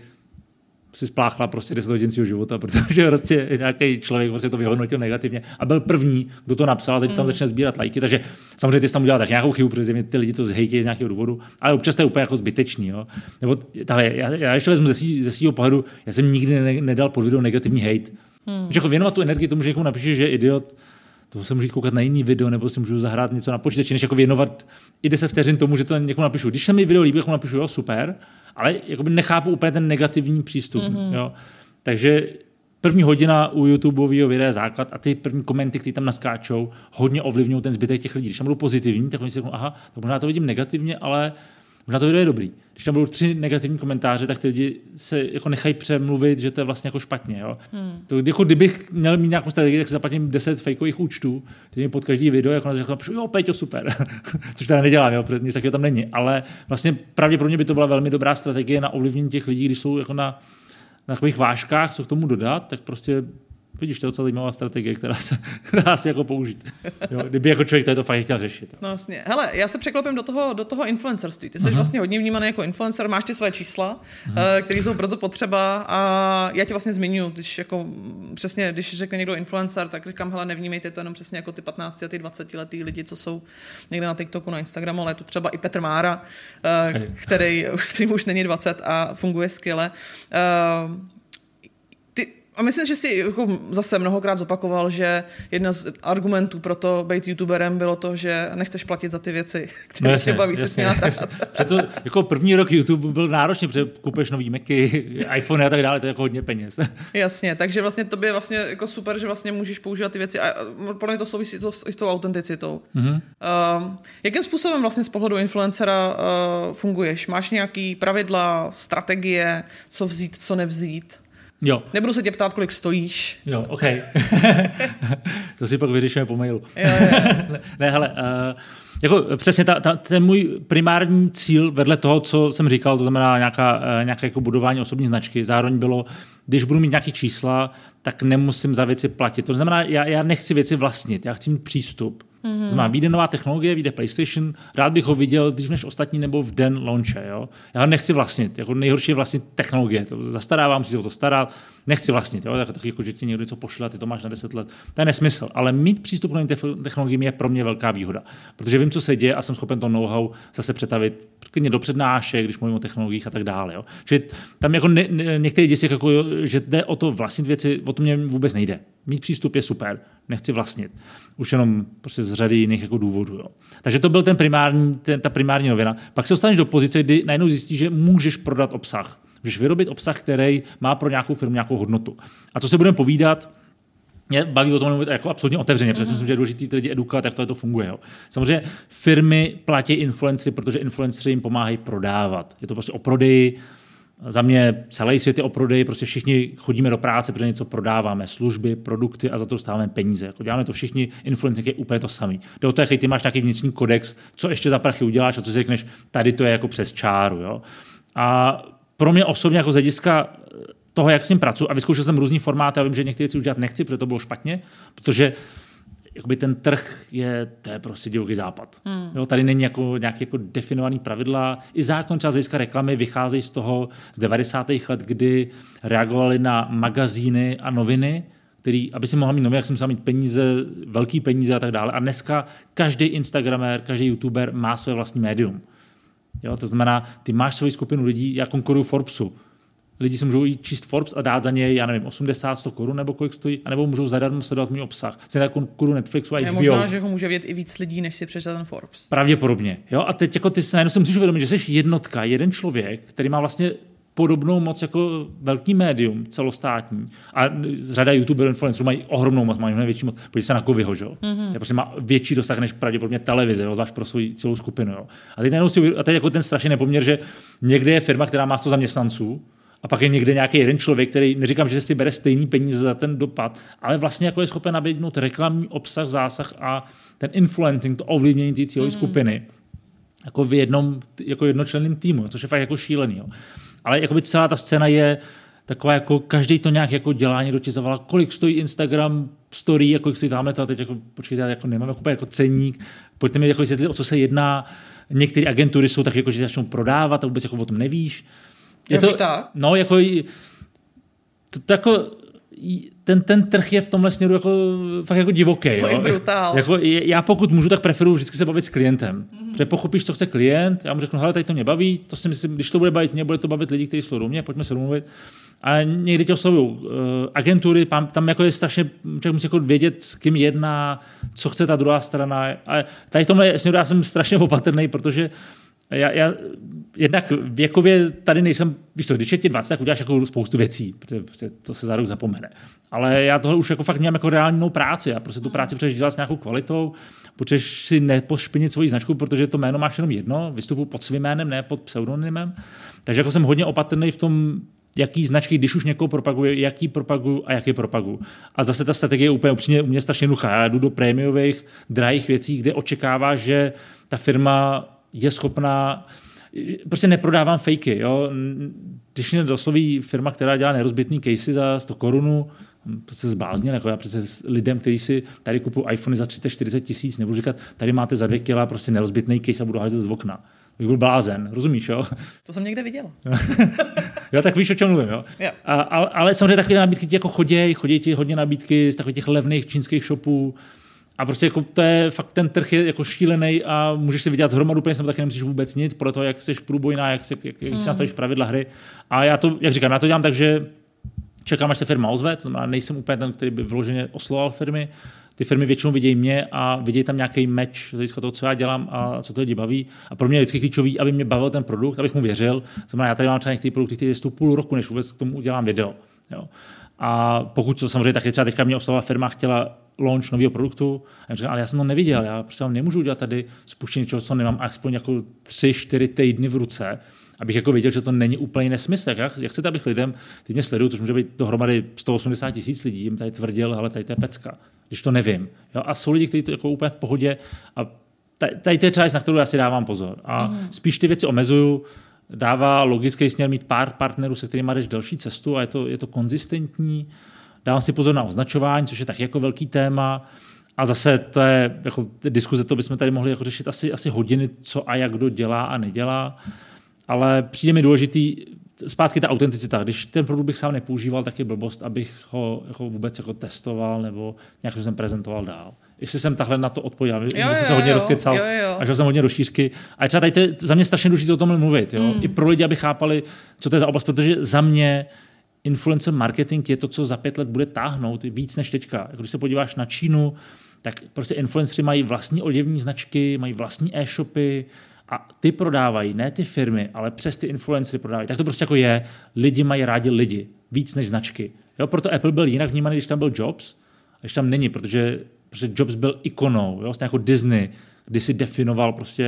si spláchla prostě deset hodin svého života, protože prostě nějaký člověk prostě to vyhodnotil negativně a byl první, kdo to napsal, a teď tam začne sbírat lajky, takže samozřejmě ty jsi tam udělal tak nějakou chybu, protože ty lidi to zhejtějí z nějakého důvodu, ale občas to je úplně jako zbytečný. Jo. Nebo tahle, já, já ještě vezmu ze, svý, ze svého pohledu, já jsem nikdy ne, nedal pod video negativní hejt. Hmm. Že jako věnovat tu energii tomu, že někomu napíše, že je idiot, to se můžu jít koukat na jiný video, nebo si můžu zahrát něco na počítači, než jako věnovat i deset vteřin tomu, že to někomu napíšu. Když se mi video líbí, jako napíšu, jo, super, ale jakoby nechápu úplně ten negativní přístup. Mm-hmm. Jo. Takže první hodina u YouTubeového videa je základ a ty první komenty, které tam naskáčou, hodně ovlivňují ten zbytek těch lidí. Když tam budou pozitivní, tak oni si řeknou, aha, tak možná to vidím negativně, ale možná to video je dobrý. Když tam budou tři negativní komentáře, tak ty lidi se jako nechají přemluvit, že to je vlastně jako špatně. Jo? Hmm. To, jako kdybych měl mít nějakou strategii, tak si zaplatím deset fejkových účtů, který pod každý video, jako na řekl, jo, Péťo, super. Což teda nedělám, jo, protože nic takového tam není. Ale vlastně pravděpodobně by to byla velmi dobrá strategie na ovlivnění těch lidí, když jsou jako na, na takových vážkách, co k tomu dodat, tak prostě vidíš, to je docela zajímavá strategie, která se dá si jako použít. Jo, kdyby jako člověk to, to fakt chtěl řešit. No vlastně. Hele, já se překlopím do toho, do toho influencerství. Ty jsi uh-huh. vlastně hodně vnímaný jako influencer, máš ty své čísla, uh-huh. které jsou proto potřeba a já tě vlastně zmiňuji, když jako přesně, když řekne někdo influencer, tak říkám, hele, nevnímejte to jenom přesně jako ty patnácti a ty dvacetiletý lidi, co jsou někde na TikToku, na Instagramu, ale je tu třeba i Petr Mára, uh, který, který už není dvacet a funguje skvěle. Uh, A myslím, že si jako zase mnohokrát zopakoval, že jedna z argumentů pro to být youtuberem bylo to, že nechceš platit za ty věci, které no tě baví se smělat. Proto jako první rok YouTube byl náročný, protože kupuješ nový Macy, iPhone a tak dále, to je jako hodně peněz. Jasně, takže vlastně to je vlastně jako super, že vlastně můžeš používat ty věci a podle mě to souvisí to, i s tou autenticitou. Mm-hmm. Uh, jakým způsobem vlastně z pohledu influencera uh, funguješ? Máš nějaký pravidla, strategie, co vzít, co nevzít? Jo. Nebudu se tě ptát, kolik stojíš. Jo, OK. To si pak vyřešíme po mailu. Jo, jo. ne, ne, hele, uh, jako přesně ta, ta, ten můj primární cíl vedle toho, co jsem říkal, to znamená nějaká, uh, nějaké jako budování osobní značky, zároveň bylo, když budu mít nějaké čísla, tak nemusím za věci platit. To znamená, já, já nechci věci vlastnit, já chci mít přístup. Mm-hmm. Znamená, vyjde nová technologie, vyjde PlayStation, rád bych ho viděl dřív než ostatní nebo v den launche. Jo? Já ho nechci vlastnit, jako nejhorší je vlastnit technologie, to zastarávám, musí se o to starat, nechci vlastnit, jo? Tak, tak jako, že ti někdo něco pošle, ty to máš na deset let, to je nesmysl, ale mít přístup k novým technologiím je pro mě velká výhoda, protože vím, co se děje a jsem schopen to know-how zase přetavit klidně do přednášek, když mluvím o technologiích a tak dále. Jo? Čili tam jako ne, ne, některé děsi, jako, že jde o to vlastnit věci, o to mě vůbec nejde. Mít přístup je super, nechci vlastnit. Už jenom prostě z řady jiných jako důvodů. Jo. Takže to byl ten primární, ten, ta primární novina. Pak se dostaneš do pozice, kdy najednou zjistíš, že můžeš prodat obsah. Můžeš vyrobit obsah, který má pro nějakou firmu nějakou hodnotu. A co se budeme povídat, mě baví o tom mluvit jako absolutně otevřeně, protože mm-hmm. myslím, že je důležité ty lidi edukovat, jak to, to funguje. Jo. Samozřejmě firmy platí influencery, protože influencery jim pomáhají prodávat. Je to prostě o prodeji. Za mě celý svět je o prodeji, prostě všichni chodíme do práce, protože něco prodáváme, služby, produkty a za to dostáváme peníze. Jako děláme to všichni, influencer je úplně to samý. Jde o to, jaký ty máš nějaký vnitřní kodex, co ještě za prachy uděláš a co si řekneš, tady to je jako přes čáru. Jo? A pro mě osobně jako z hlediska toho, jak s ním pracuji, a vyzkoušel jsem různý formáty, a vím, že některé věci už dělat nechci, protože to bylo špatně, protože jakoby ten trh je, to je prostě divoký západ. Hmm. Jo, tady není jako nějaké jako definované pravidla. I zákon třeba z hlediska reklamy vycházejí z toho z devadesátých let, kdy reagovali na magazíny a noviny, který, aby si mohla mít noviny, jak jsem musel mít peníze, velký peníze a tak dále. A dneska každý instagramer, každý youtuber má své vlastní médium. Jo, to znamená, ty máš svoji skupinu lidí, já konkuruju Forbesu. Lidi si můžou jít číst Forbes a dát za něj, já nevím, osmdesát, sto korun nebo kolik stojí, anebo můžou zadarmo sledovat můj obsah. Stejně tak konkuruju Netflixu a H B O. Je možná, že ho může vidět i víc lidí, než si přečte ten Forbes. Pravděpodobně. Jo? A teď jako ty se najednou si musíš uvědomit, že jsi jednotka, jeden člověk, který má vlastně podobnou moc jako velký médium celostátní. A řada youtuberů, influencerů mají ohromnou moc, mají větší moc. Podívej se na Kovyho, že? Mm-hmm. Je prostě má větší dosah než pravděpodobně televize, jo? Zvlášť pro svou celou skupinu. Jo? A teď najednou si, a teď jako ten strašný nepoměr, že někde je firma, která má sto zaměstnanců, a pak je někde nějaký jeden člověk, který, neříkám, že si bere stejný peníze za ten dopad, ale vlastně jako je schopen nabídnout reklamní obsah, zásah a ten influencing, to ovlivnění té cílové mm. skupiny jako v jednom, jako jednočlenným týmu, což je fakt jako šílený. Jo. Ale jakoby celá ta scéna je taková, jako každý to nějak jako dělá, někdo ti zavolá, kolik stojí Instagram story, jako kolik stojí tamhle to, a teď jako, počkejte, já jako nemám jako, jako ceník, pojďte mi jako vysvětlit, o co se jedná. Některé agentury jsou tak jako, že začnou prodávat a vůbec jako o tom nevíš. Je to, no, jako, to, to jako ten, ten trh je v tomhle směru jako, fakt jako divoký. To je brutál. Jako, já pokud můžu, tak preferuji vždycky se bavit s klientem. Mm-hmm. Protože pochopíš, co chce klient, já mu řeknu, hele, tady to mě baví, to si myslím, když to bude bavit mě, bude to bavit lidi, kteří jsou do mě, pojďme se domluvit. A někdy tě oslovují uh, agentury, tam, tam jako je strašně, člověk musí jako vědět, s kým jedná, co chce ta druhá strana. A tady v tomhle směru já jsem strašně opatrný, protože Já, já jednak věkově tady nejsem, víš co, když je ti dvacet, tak uděláš jako spoustu věcí, protože to se za rok zapomene. Ale já tohle už jako fakt měl jako reálnou práci. Já prostě tu práci potřebuješ dělat s nějakou kvalitou, potřebuješ si nepošpinit svoji značku, protože to jméno máš jenom jedno, vystupuji pod svým jménem, ne pod pseudonymem. Takže jako jsem hodně opatrný v tom, jaký značky, když už někoho propaguji, jaký propaguju a jaký propaguju. A zase ta strategie je úplně upřímně u mě strašně jednoduchá. Já jdu do prémiových, drahých věcí, kde očekáváš, že ta firma je schopná, prostě neprodávám fejky. Jo? Když mě dosloví firma, která dělá nerozbitný casey za sto korunů, to se zbláznil, jako já přece lidem, kteří si tady kupují iPhony za třicet čtyřicet tisíc, nebudu říkat, tady máte za dvě kila prostě nerozbitný case a budu házet z okna. To byl blázen, rozumíš, jo? To jsem někde viděla. Jo, tak víš, o čem mluvím, jo? jo. A, ale, ale samozřejmě takové nabídky ti jako chodějí, chodí ti hodně nabídky z takových těch levných čínských shopů. A prostě jako to je fakt, ten trh je jako šílený a můžeš si vydělat hromadu peněz, tam taky nemusíš vůbec nic, podle toho, jak jsi průbojná, jak, se, jak, jak si nastavíš pravidla hry. A já to, jak říkám, já to dělám tak, že čekám, až se firma ozve, to znamená, nejsem úplně ten, který by vloženě oslovoval firmy. Ty firmy většinou vidějí mě a vidějí tam nějaký match z hlediska toho, co já dělám a co to lidi baví. A pro mě je vždycky klíčový, aby mě bavil ten produkt, abych mu věřil. To znamená, já tady mám třeba některý produkty, který jsou půl roku, než vůbec k tomu udělám video. Jo. A pokud to samozřejmě taky třeba teďka mě oslovovala firma, chtěla launch nového produktu, a já říkám, ale já jsem to neviděl, já prostě vám nemůžu udělat tady spuštění čeho, co nemám aspoň jako tři, čtyři týdny v ruce, abych jako věděl, že to není úplně nesmysl. Jak, jak chcete, abych lidem, ty mě sledují, což může být dohromady sto osmdesát tisíc lidí, jim tady tvrdil, hele, tady to je pecka, když to nevím. Jo? A jsou lidi, kteří to jako úplně v pohodě a tady to je třeba, na kterou já si dávám pozor. A mm. spíš ty věci omezuju, dává logický směr mít pár partnerů, se kterými jdeš další cestu a je to, je to konzistentní. Dávám si pozor na označování, což je taky jako velký téma. A zase to je jako diskuze, to bychom tady mohli jako řešit asi, asi hodiny, co a jak kdo dělá a nedělá. Ale přijde mi důležitý, zpátky ta autenticita. Když ten produkt bych sám nepoužíval, tak je blbost, abych ho jako vůbec jako testoval nebo nějak jsem prezentoval dál. Jestli jsem takhle na to odpověděl, že jsem se hodně jo, rozkecal jo, jo. a že jsem hodně do šířky. A třeba tady to je za mě strašně důležité o tom mluvit. Jo? Mm. I pro lidi, aby chápali, co to je za oblast, protože za mě influencer marketing je to, co za pět let bude táhnout víc než teďka. Když se podíváš na Čínu, tak prostě influenceři mají vlastní oděvní značky, mají vlastní e-shopy a ty prodávají, ne ty firmy, ale přes ty influencery prodávají. Tak to prostě jako je. Lidi mají rádi lidi, víc než značky. Jo, proto Apple byl jinak vnímaný, když tam byl Jobs, a když tam není, protože, protože Jobs byl ikonou, jo, jako Disney, kdy si definoval prostě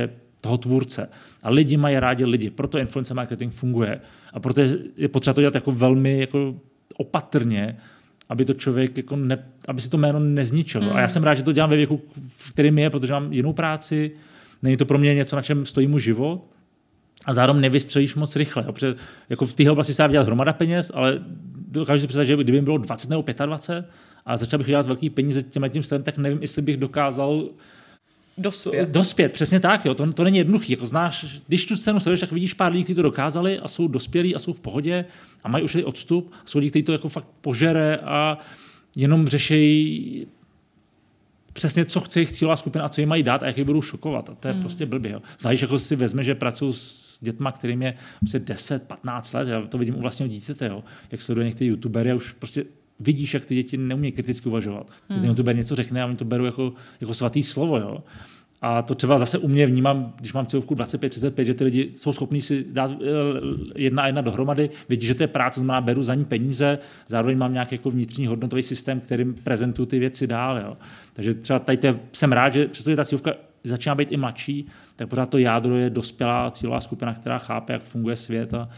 toho tvůrce. A lidi mají rádi lidi, proto influencer marketing funguje. A proto je potřeba to dělat jako velmi jako opatrně, aby to člověk jako ne, aby si to jméno nezničil. Mm. A já jsem rád, že to dělám ve věku, v kterém je, protože mám jinou práci, není to pro mě něco, na čem stojí mu život a zároveň nevystřelíš moc rychle. Jo? Protože jako v téhle oblasti se dá dělat hromada peněz, ale dokážu si představit, že kdyby mi bylo dvacet nebo dvacet pět a začal bych dělat velký peníze těmhle tím stylem, tak nevím, jestli bych dokázal Dospět. Dospět, přesně tak. Jo. To, to není jednoduchý. Jako znáš, když tu scénu sleduješ, tak vidíš pár lidí, kteří to dokázali a jsou dospělí a jsou v pohodě a mají už odstup. Jsou lidi, kteří to jako fakt požere a jenom řeší přesně, co chce jejich cílová skupina a co jim mají dát a jak je budou šokovat. A to je hmm. prostě blbě. Jo. Zvlášť jako si vezme, že pracuji s dětma, kterým je prostě deset patnáct let. Já to vidím u vlastního dítěte. Jo. Jak sleduje některé youtubery a už prostě vidíš, jak ty děti neumějí kriticky uvažovat. Hmm. Ten youtuber něco řekne a oni to berou jako, jako svatý slovo. Jo. A to třeba zase u mě vnímám, když mám cílovku dvacet pět třicet pět, že ty lidi jsou schopní si dát jedna a jedna dohromady, vidí, že to je práce, znamená, beru za ní peníze, zároveň mám nějaký jako vnitřní hodnotový systém, kterým prezentuju ty věci dál. Jo. Takže třeba tady te, jsem rád, že přestože ta cílovka začíná být i mladší, tak pořád to jádro je dospělá cílová skupina, která chápe, jak funguje svět a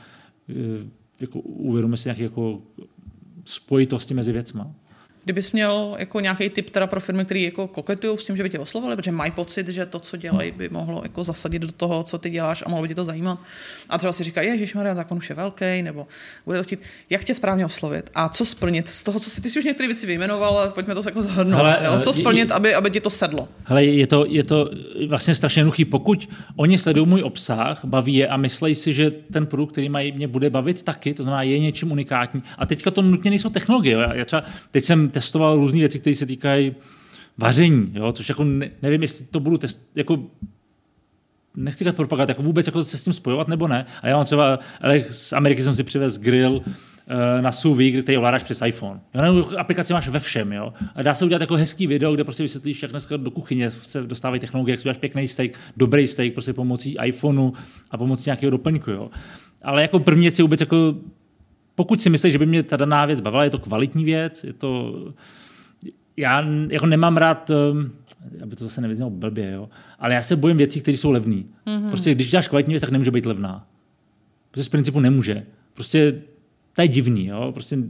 jako uvědomuje si nějaké jako spojitosti mezi věcma. Kdybys měl jako nějaký tip teda pro firmy, které jako koketují s tím, že by tě oslovili, protože mají pocit, že to, co dělají, by mohlo jako zasadit do toho, co ty děláš a mohlo by tě to zajímat. A třeba si říkají, ježišmarja, zákon už je velký, nebo bude to chtít. Jak tě správně oslovit a co splnit z toho, co si ty si už některé věci vyjmenoval, ale pojďme to jako zhrnout. Hele, jo? Co splnit, je, aby, aby ti to sedlo? Hele, je to, je to vlastně strašně jednoduchý. Pokud oni sledují můj obsah, baví je a myslí si, že ten produkt, který mají, mě bude bavit taky, to znamená, je něčím unikátní. A teďka to nutně nejsou technologie. Jo? Já třeba, teď jsem testoval různé věci, které se týkají vaření, jo? Což jako ne, nevím, jestli to budu test, jako nechci říkat propagovat, jako vůbec jako se s tím spojovat nebo ne. A já mám třeba, ale z Ameriky jsem si přivez grill uh, na sous vide, který ovládáš přes iPhone. Jo? Aplikaci máš ve všem. Jo? A dá se udělat jako hezký video, kde prostě vysvětlíš, jak dneska do kuchyně se dostávají technologie, jak si uděláš pěkný steak, dobrý steak, prostě pomocí iPhoneu a pomocí nějakého doplňku. Jo? Ale jako první věc je vůbec jako pokud si myslíš, že by mě ta daná věc bavila, je to kvalitní věc, je to... Já jako nemám rád, aby to zase nevyznělo blbě, jo? Ale já se bojím věcí, které jsou levné. Mm-hmm. Prostě když děláš kvalitní věc, tak nemůže být levná. Prostě z principu nemůže. Prostě to je divný, jo? Prostě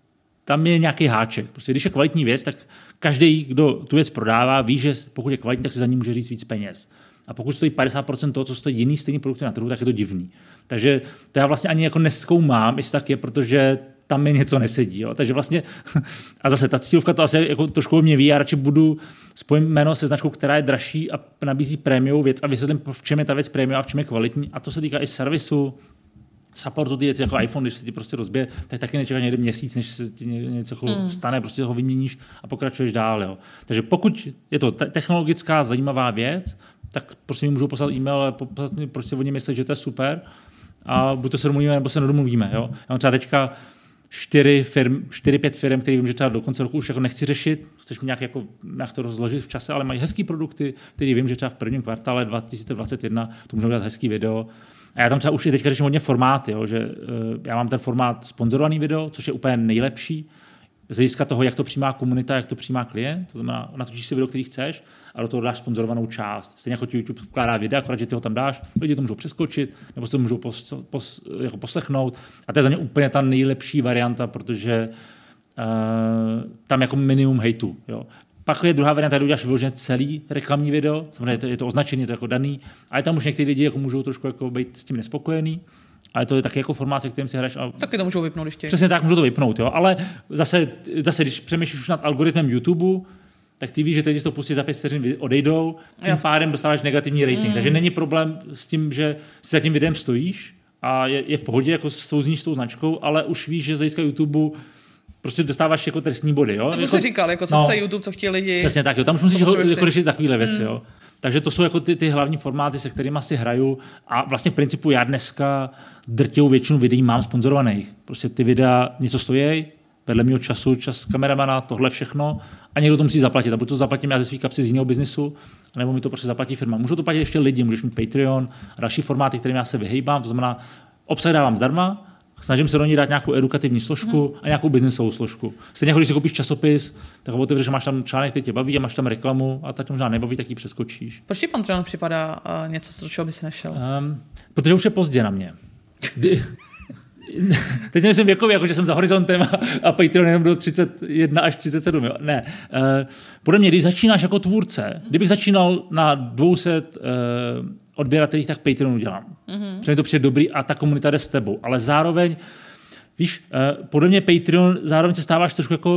tam je nějaký háček. Prostě když je kvalitní věc, tak každý, kdo tu věc prodává, ví, že pokud je kvalitní, tak se za ní může říct víc peněz. A pokud stojí padesát procent toho, co stojí jiný stejný produkty na trhu, tak je to divný. Takže to já vlastně ani jako nezkoumám, jestli tak je, protože tam mi něco nesedí. Jo. Takže vlastně, a zase ta cílovka to asi jako trošku mě ví, já radši budu spojit jméno se značkou, která je dražší a nabízí prémiovou věc a vysvětlím, v čem je ta věc prémiová a v čem je kvalitní. A to se týká i servisu, supportu ty věci jako iPhone, když se ti prostě rozbije, tak taky nečekáš někde měsíc, než se ti něco mm. stane, prostě ho vyměníš a pokračuješ dál. Jo. Takže pokud je to technologická zajímavá věc, tak prostě mi můžou poslat e-mail, ale proč si oni myslí, že to je super a buď to se domluvíme, nebo se nedomluvíme. Jo. Já mám třeba teďka čtyři, firm, čtyři, pět firm, které vím, že třeba do konce roku už jako nechci řešit, chceš mi nějak, jako, nějak to rozložit v čase, ale mají hezký produkty, které vím, že třeba v prvním kvartále dva tisíce dvacet jedna to můžou dělat hezký video. A já tam třeba už i teďka řeším hodně formáty, jo, že uh, já mám ten formát sponzorovaný video, což je úplně nejlepší, z hlediska toho, jak to přijímá komunita, jak to přijímá klient, to znamená, natočíš si video, který chceš a do toho dáš sponzorovanou část. Stejně jako ti YouTube vkládá videa, akorát, že ty ho tam dáš, lidi to můžou přeskočit, nebo se to můžou pos, pos, jako poslechnout. A to je za mě úplně ta nejlepší varianta, protože uh, tam jako minimum hejtu. Jo. Pak je druhá varianta, kde uděláš vyloženě celý reklamní video, samozřejmě je to, je to označený, je to jako daný, ale tam už někteří lidi jako můžou trošku jako být s tím nespokojení. Ale to je taky jako formáce, kterým si hraješ. A... Taky to můžou vypnout ještě. Přesně tak, můžou to vypnout, jo. Ale zase, zase když přemýšlíš už nad algoritmem YouTube, tak ty víš, že teď to pustí za pět vteřin, odejdou, tím Jasně. pádem dostáváš negativní rating. Mm. Takže není problém s tím, že si za tím videem stojíš a je, je v pohodě, jako souzníš s tou značkou, ale už víš, že z hlediska YouTube prostě dostáváš jako trestní body, jo. A co jako, jsi říkal, jako co no, chce YouTube, co chtějí lidi. Přesně tak, jo. Tam už musíš jako, jako řešit takovéhle věci, mm. jo. Takže to jsou jako ty, ty hlavní formáty, se kterými si hraju a vlastně v principu já dneska drtivou většinu videí mám sponzorovaných. Prostě ty videa něco stojí, vedle mého času, čas kameramana, tohle všechno a někdo to musí zaplatit. A buď to zaplatím já ze svých kapsy z jiného biznisu, nebo mi to prostě zaplatí firma. Můžou to platit ještě lidi, můžeš mít Patreon a další formáty, kterým já se vyhejbám, to znamená obsah dávám zdarma, Snažím se do ní dát nějakou edukativní složku hmm. a nějakou biznesovou složku. Stejně jako když si koupíš časopis, tak ho otevřeš, máš tam článek, který tě baví a máš tam reklamu a ta tě možná nebaví, tak ji přeskočíš. Proč ti Patreon připadá uh, něco, do čeho by si nešel? Um, protože už je pozdě na mě. Teď nejsem věkový, jakože jsem za horizontem a, a Patreon jenom do třicet jedna až třicet sedm. Jo. Ne. Uh, podle mě, když začínáš jako tvůrce, kdybych začínal na dvě stě uh, odběratelích, tak Patreon udělám. Mm-hmm. Protože mi to přijde dobrý a ta komunita jde s tebou. Ale zároveň, víš, uh, podle mě Patreon, zároveň se stáváš trošku jako...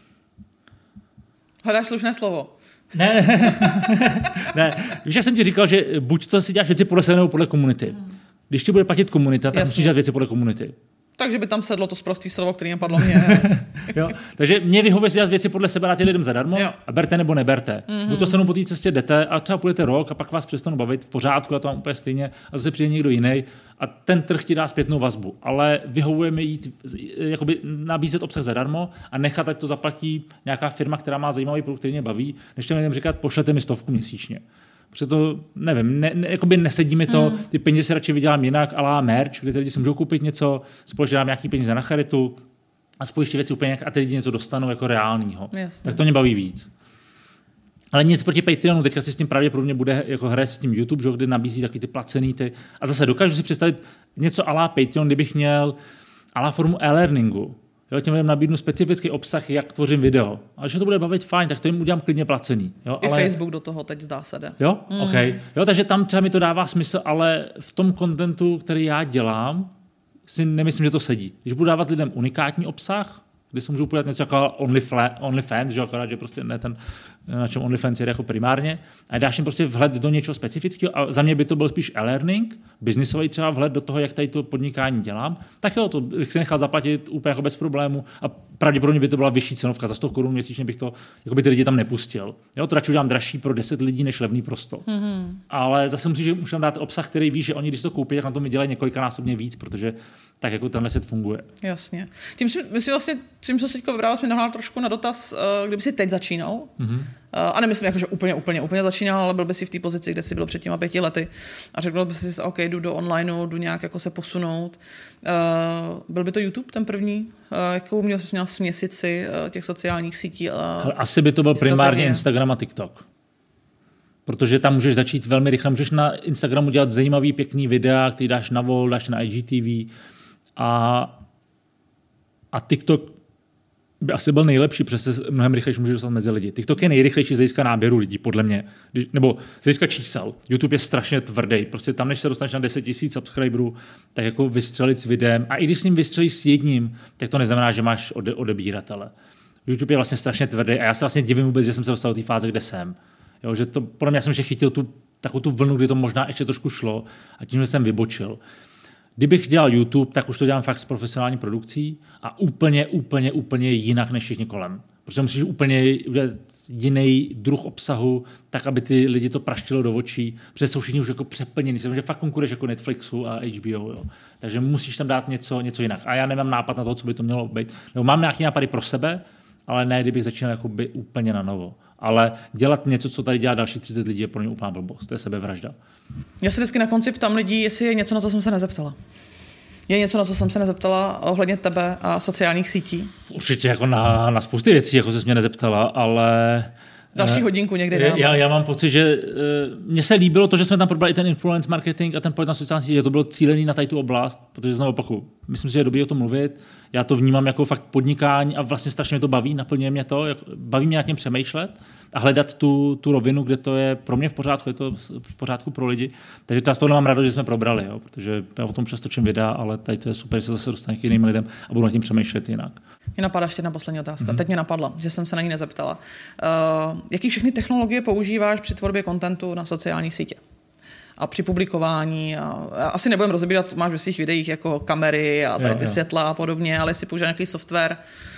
Hledáš slušné slovo. Ne, ne, ne. Víš, jak jsem ti říkal, že buď to si děláš věci podle sebe nebo podle komunity. Když ti bude platit komunita, tak Jasně. musíš dělat věci podle komunity. Takže by tam sedlo to sprostý slovo, který napadlo mě. Jo. Takže mě vyhovuje si dělat věci podle sebe, dát lidem zadarmo jo. a berte nebo neberte. Mm-hmm. Buď to se mnou po té cestě jdete a třeba půjdete rok a pak vás přestanu bavit v pořádku a to mám úplně stejně a zase přijde někdo jiný a ten trh ti dá zpětnou vazbu. Ale vyhovuje mi jít, jakoby nabízet obsah zadarmo a nechat, ať to zaplatí nějaká firma, která má zajímavý produkt, který mě baví, než těm lidem říkat, pošlete mi stovku měsíčně. Protože to, nevím, ne, ne, jakoby nesedí mi to, mm. ty peníze si radši vydělám jinak, a la merch, kde ty lidi si můžou koupit něco, společně dám nějaký peníze na charitu a spojíš ty věci úplně nějak a ty lidi něco dostanou jako reálního. Jasně. Tak to mě baví víc. Ale nic proti Patreonu, teďka si s tím pravděpodobně bude jako hra s tím YouTube, že, kde nabízí takový ty placený ty. A zase dokážu si představit něco a la Patreon, kdybych měl a la formu e-learningu. Jo, těm lidem nabídnu specifický obsah, jak tvořím video. A když to bude bavit, fajn, tak to jim udělám klidně placený. Jo, I ale... Facebook do toho teď zdá se jde. Jo, mm. OK. Jo, takže tam třeba mi to dává smysl, ale v tom kontentu, který já dělám, si nemyslím, že to sedí. Když budu dávat lidem unikátní obsah, kdy se můžu podívat něco jako OnlyFans, že akorát, že prostě ne ten, na čem OnlyFans je jako primárně, a dáš jim prostě vhled do něčeho specifického a za mě by to byl spíš e-learning, biznisový třeba vhled do toho, jak tady to podnikání dělám, tak jo, to bych si nechal zaplatit úplně jako bez problému a pravděpodobně by to byla vyšší cenovka, za sto korun měsíčně bych to, jako by ty lidi tam nepustil. Jo, to radši udělám dražší pro deset lidí, než levný pro sto. Mm-hmm. Ale zase musíš, musíš tam dát obsah, který ví, že oni, když to koupí, tak na tom vydělají několikanásobně víc, protože tak jako tenhle svět funguje. Jasně. Tím si, my si vlastně, tím, co se teďko vybral, jsme nahrál trošku na dotaz, kdyby si teď začínal. Mm-hmm. A nemyslím, jako, že úplně, úplně, úplně začínal, ale byl by si v té pozici, kde jsi byl před těma pěti lety a řekl by si, OK, jdu do onlineu, jdu nějak jako se posunout. Uh, byl by to YouTube ten první? Uh, jakou měl, měl směsici uh, těch sociálních sítí? Uh, Asi by to byl primárně Instagram a TikTok. Protože tam můžeš začít velmi rychle. Můžeš na Instagramu dělat zajímavý, pěkný videa, který dáš na Vol, dáš na I G T V a, a TikTok by asi byl nejlepší, protože se mnohem rychlejší může dostat mezi lidi. TikTok je nejrychlejší z hlediska náběru lidí, podle mě. Nebo z hlediska čísel. YouTube je strašně tvrdý. Prostě tam, než se dostaneš na deset tisíc subscriberů, tak jako vystřelit s videem. A i když s ním vystřelíš s jedním, tak to neznamená, že máš ode, odebíratele. YouTube je vlastně strašně tvrdý a já se vlastně divím vůbec, že jsem se dostal do té fáze, kde jsem. Jo, že to, podle mě jsem že chytil tu, takovou tu vlnu, kdy to možná ještě trošku šlo a tím, že jsem vybočil. Kdybych dělal YouTube, tak už to dělám fakt s profesionální produkcí a úplně, úplně, úplně jinak než všichni kolem. Protože musíš úplně udělat jiný druh obsahu, tak, aby ty lidi to praštilo do očí, protože jsou všichni už jako přeplnění. Jsem, že fakt konkuruješ jako Netflixu a H B O. Jo. Takže musíš tam dát něco, něco jinak. A já nemám nápad na to, co by to mělo být. Nebo mám nějaký nápady pro sebe, ale ne, kdybych začínal jakoby úplně na novo. Ale dělat něco, co tady dělá další třicet lidí, je pro mě úplná blbost. To je sebevražda. Já se vždycky na konci ptám lidí, jestli je něco, na co jsem se nezeptala. Je něco, na co jsem se nezeptala ohledně tebe a sociálních sítí? Určitě jako na, na spousty věcí, jako se mě nezeptala, ale... Další hodinku někdy dáme. Já, já mám pocit, že mně se líbilo to, že jsme tam probrali i ten influence marketing a ten pohled na sociální sítě, že to bylo cílený na tady tu oblast, protože znovu opakuju, myslím si, že je dobrý o tom mluvit. Já to vnímám jako fakt podnikání a vlastně strašně mě to baví, naplňuje mě to, jako, baví mě nad tím přemýšlet a hledat tu, tu rovinu, kde to je pro mě v pořádku, je to v pořádku pro lidi. Takže já z toho mám radost, že jsme probrali, jo, protože já o tom často točím videa, ale tady to je super, že se zase dostane k jiným lidem a budu nad tím přemýšlet jinak. Mě napadá ještě jedna poslední otázka. Mm-hmm. Teď mě napadla, že jsem se na ní nezeptala. Uh, jaký všechny technologie používáš při tvorbě kontentu na sociálních sítích? A při publikování. A, a asi nebudem rozebírat, máš ve svých videích jako kamery a tady ty jo, jo. světla a podobně, ale jestli používáš nějaký software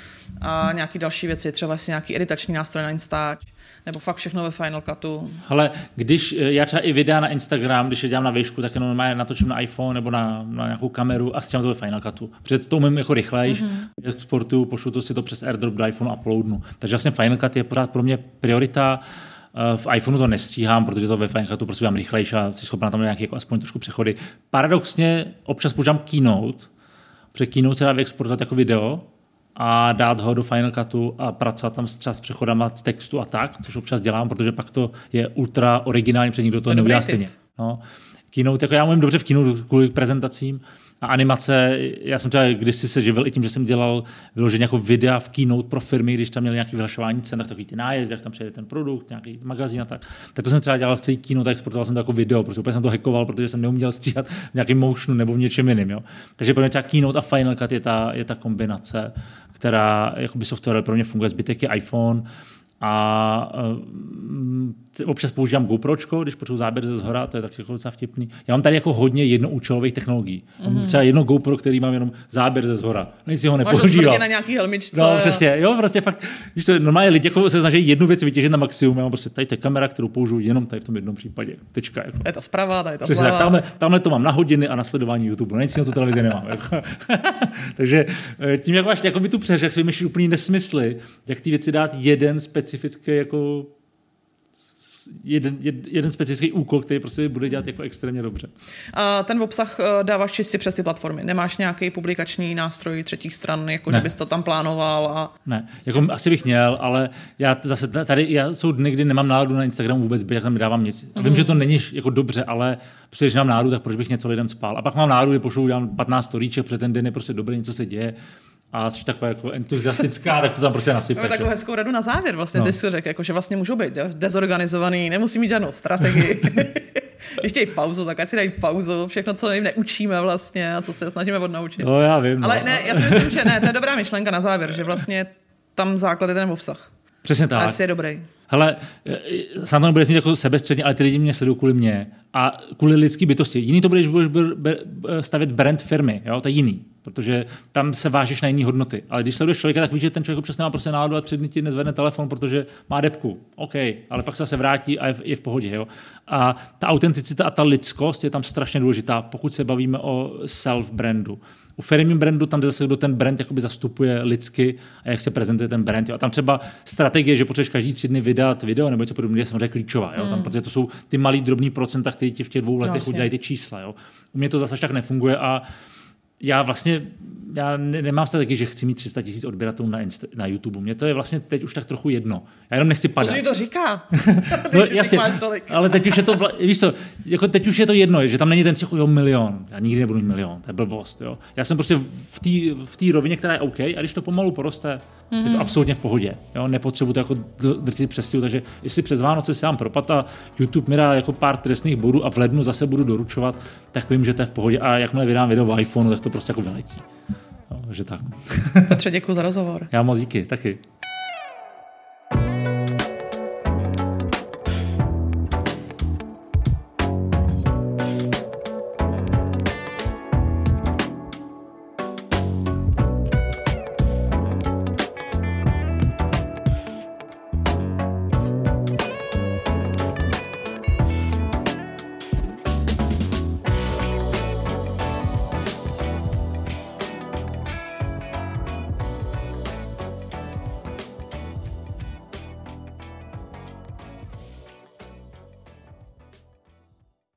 a nějaký další věci, třeba vlastně nějaký editační nástroj na Instač, nebo fakt všechno ve Final Cutu. Ale když já třeba i videa na Instagram, když je dělám na výšku, tak jenom natočím na iPhone nebo na, na nějakou kameru a s tím to ve Final Cutu. Protože to umím jako rychlejš, mm-hmm. exportuju, pošlu to si to přes AirDrop do iPhone a uploadnu. Takže vlastně Final Cut je pořád pro mě priorita. V iPhoneu to nestříhám, protože to ve Final Cutu prostě dělám rychlejš a jsi schopná tam nějaké jako aspoň trošku přechody. Paradoxně občas používám Keynote, Protože Keynote se dá vyexportovat jako video a dát ho do Final Cutu a pracovat tam třeba s přechodama z textu a tak, což občas dělám, protože pak to je ultra originální, protože nikdo to, to neudělá stejně. No. Keynote, jako já mluvím dobře v Keynote kvůli prezentacím a animace, já jsem třeba kdysi se živil i tím, že jsem dělal vyloženě jako videa v Keynote pro firmy, když tam měli nějaké vyhlašování cen, tak takový ty nájezdy, jak tam přijede ten produkt, nějaký magazín a tak. Tak to jsem třeba dělal v celý Keynote, exportoval jsem to jako video, protože úplně jsem to hackoval, protože jsem neuměl stříhat v nějakém motionu nebo v něčem jiném. Jo. Takže pro mě třeba Keynote a Final Cut je ta, je ta kombinace, která jakoby software pro mě funguje, zbytek je iPhone. A um, občas používám GoPročko, když potřebuji záběr ze zhora, to je tak jako docela vtipný. Já mám tady jako hodně jednoúčelových technologií. Mm-hmm. Třeba jedno GoPro, který mám jenom záběr ze zhora. Nic si ho nepoužívám. Máš to na nějaký helmičce. No, přesně. Jo, prostě fakt. Víš co, normálně lidi jako se snaží jednu věc vytěžit na maximum. Já mám prostě tady ta kamera, kterou použiju jenom tady v tom jednom případě. Tečka. Jako. Je to zprava, tady to zleva. Tamhle, tamhle to mám na hodiny a na sledování YouTube. No, nic na tu televizi nemám. Jako. Takže tím, jak máš jako by tu přeř, jak si vymýšlíš úplný nesmysly, jak ty věci dát jeden specifický jako jeden, jeden specifický úkol, který prostě bude dělat jako extrémně dobře. A ten obsah dáváš čistě přes ty platformy? Nemáš nějaký publikační nástroj třetích stran, jako ne. Že bys to tam plánoval? A... Ne, jako asi bych měl, ale já zase tady, já jsou dny, kdy nemám náladu na Instagramu vůbec být, jak tam dávám nic. A vím, mm. že to není jako dobře, ale protože když mám náladu, tak proč bych něco lidem spál. A pak mám náladu, kdy pošlu, dělám patnáct storíček, protože ten den je prostě dobrý, něco se děje. A jsi taková jako entuziastická, tak to tam prostě nasypeš. Máme takovou hezkou radu na závěr vlastně, no. Jsi řekl, jako, že vlastně můžou být dezorganizovaný, nemusí mít žádnou strategii. Když chtějí pauzu, tak ať si dají pauzu, všechno, co jim neučíme vlastně a co se snažíme odnaučit. No já vím. Ale no. ne, já si myslím, že ne, to je dobrá myšlenka na závěr, že vlastně tam základ je ten obsah. Přesně tak. A asi je dobrý. Hele, snad to nebude znít jako sebestředně, ale ty lidi mě sledují kvůli mě a kvůli lidský bytosti. Jiný to bude, když budeš stavět brand firmy, jo? To je jiný, protože tam se vážíš na jiné hodnoty. Ale když sleduješ člověka, tak víš, že ten člověk přesně má prostě náladu a tři dny ti nezvedne telefon, protože má depku. OK, ale pak se zase vrátí a je v, je v pohodě. Jo? A ta autenticita a ta lidskost je tam strašně důležitá, pokud se bavíme o self-brandu. U firmním brandu tam jde zase, kdo ten brand jakoby zastupuje lidsky a jak se prezentuje ten brand. Jo. A tam třeba strategie, že potřebuješ každý tři dny vydat video nebo něco podobného, je samozřejmě klíčová. Jo. Tam, protože to jsou ty malý drobný procenta, které ti v těch dvou letech udělají ty čísla. Jo. U mě to zase tak nefunguje a já vlastně já nemám strategii, že chci mít tři sta tisíc odběratelů na, Insta, na YouTube. Mně to je vlastně teď už tak trochu jedno. Já jenom nechci padat. To si to říká. No, jasně, ale teď už je to, víš co, jako teď už je to jedno, že tam není ten jo, milion. Já nikdy nebudu mít milion, to je blbost. Jo. Já jsem prostě v té v té rovině, která je OK, a když to pomalu poroste, mm-hmm. je to absolutně v pohodě. Jo. Nepotřebuji to jako drtit přestěhu, takže jestli přes Vánoce si dám propad a YouTube mi dá jako pár trestných bodů a v lednu zase budu doručovat, tak vím, že to je v pohodě a jakmile vydám video v iPhoneu, tak to prostě jako vyletí. No, že tak. Petře, děkuji za rozhovor. Já moc díky, taky.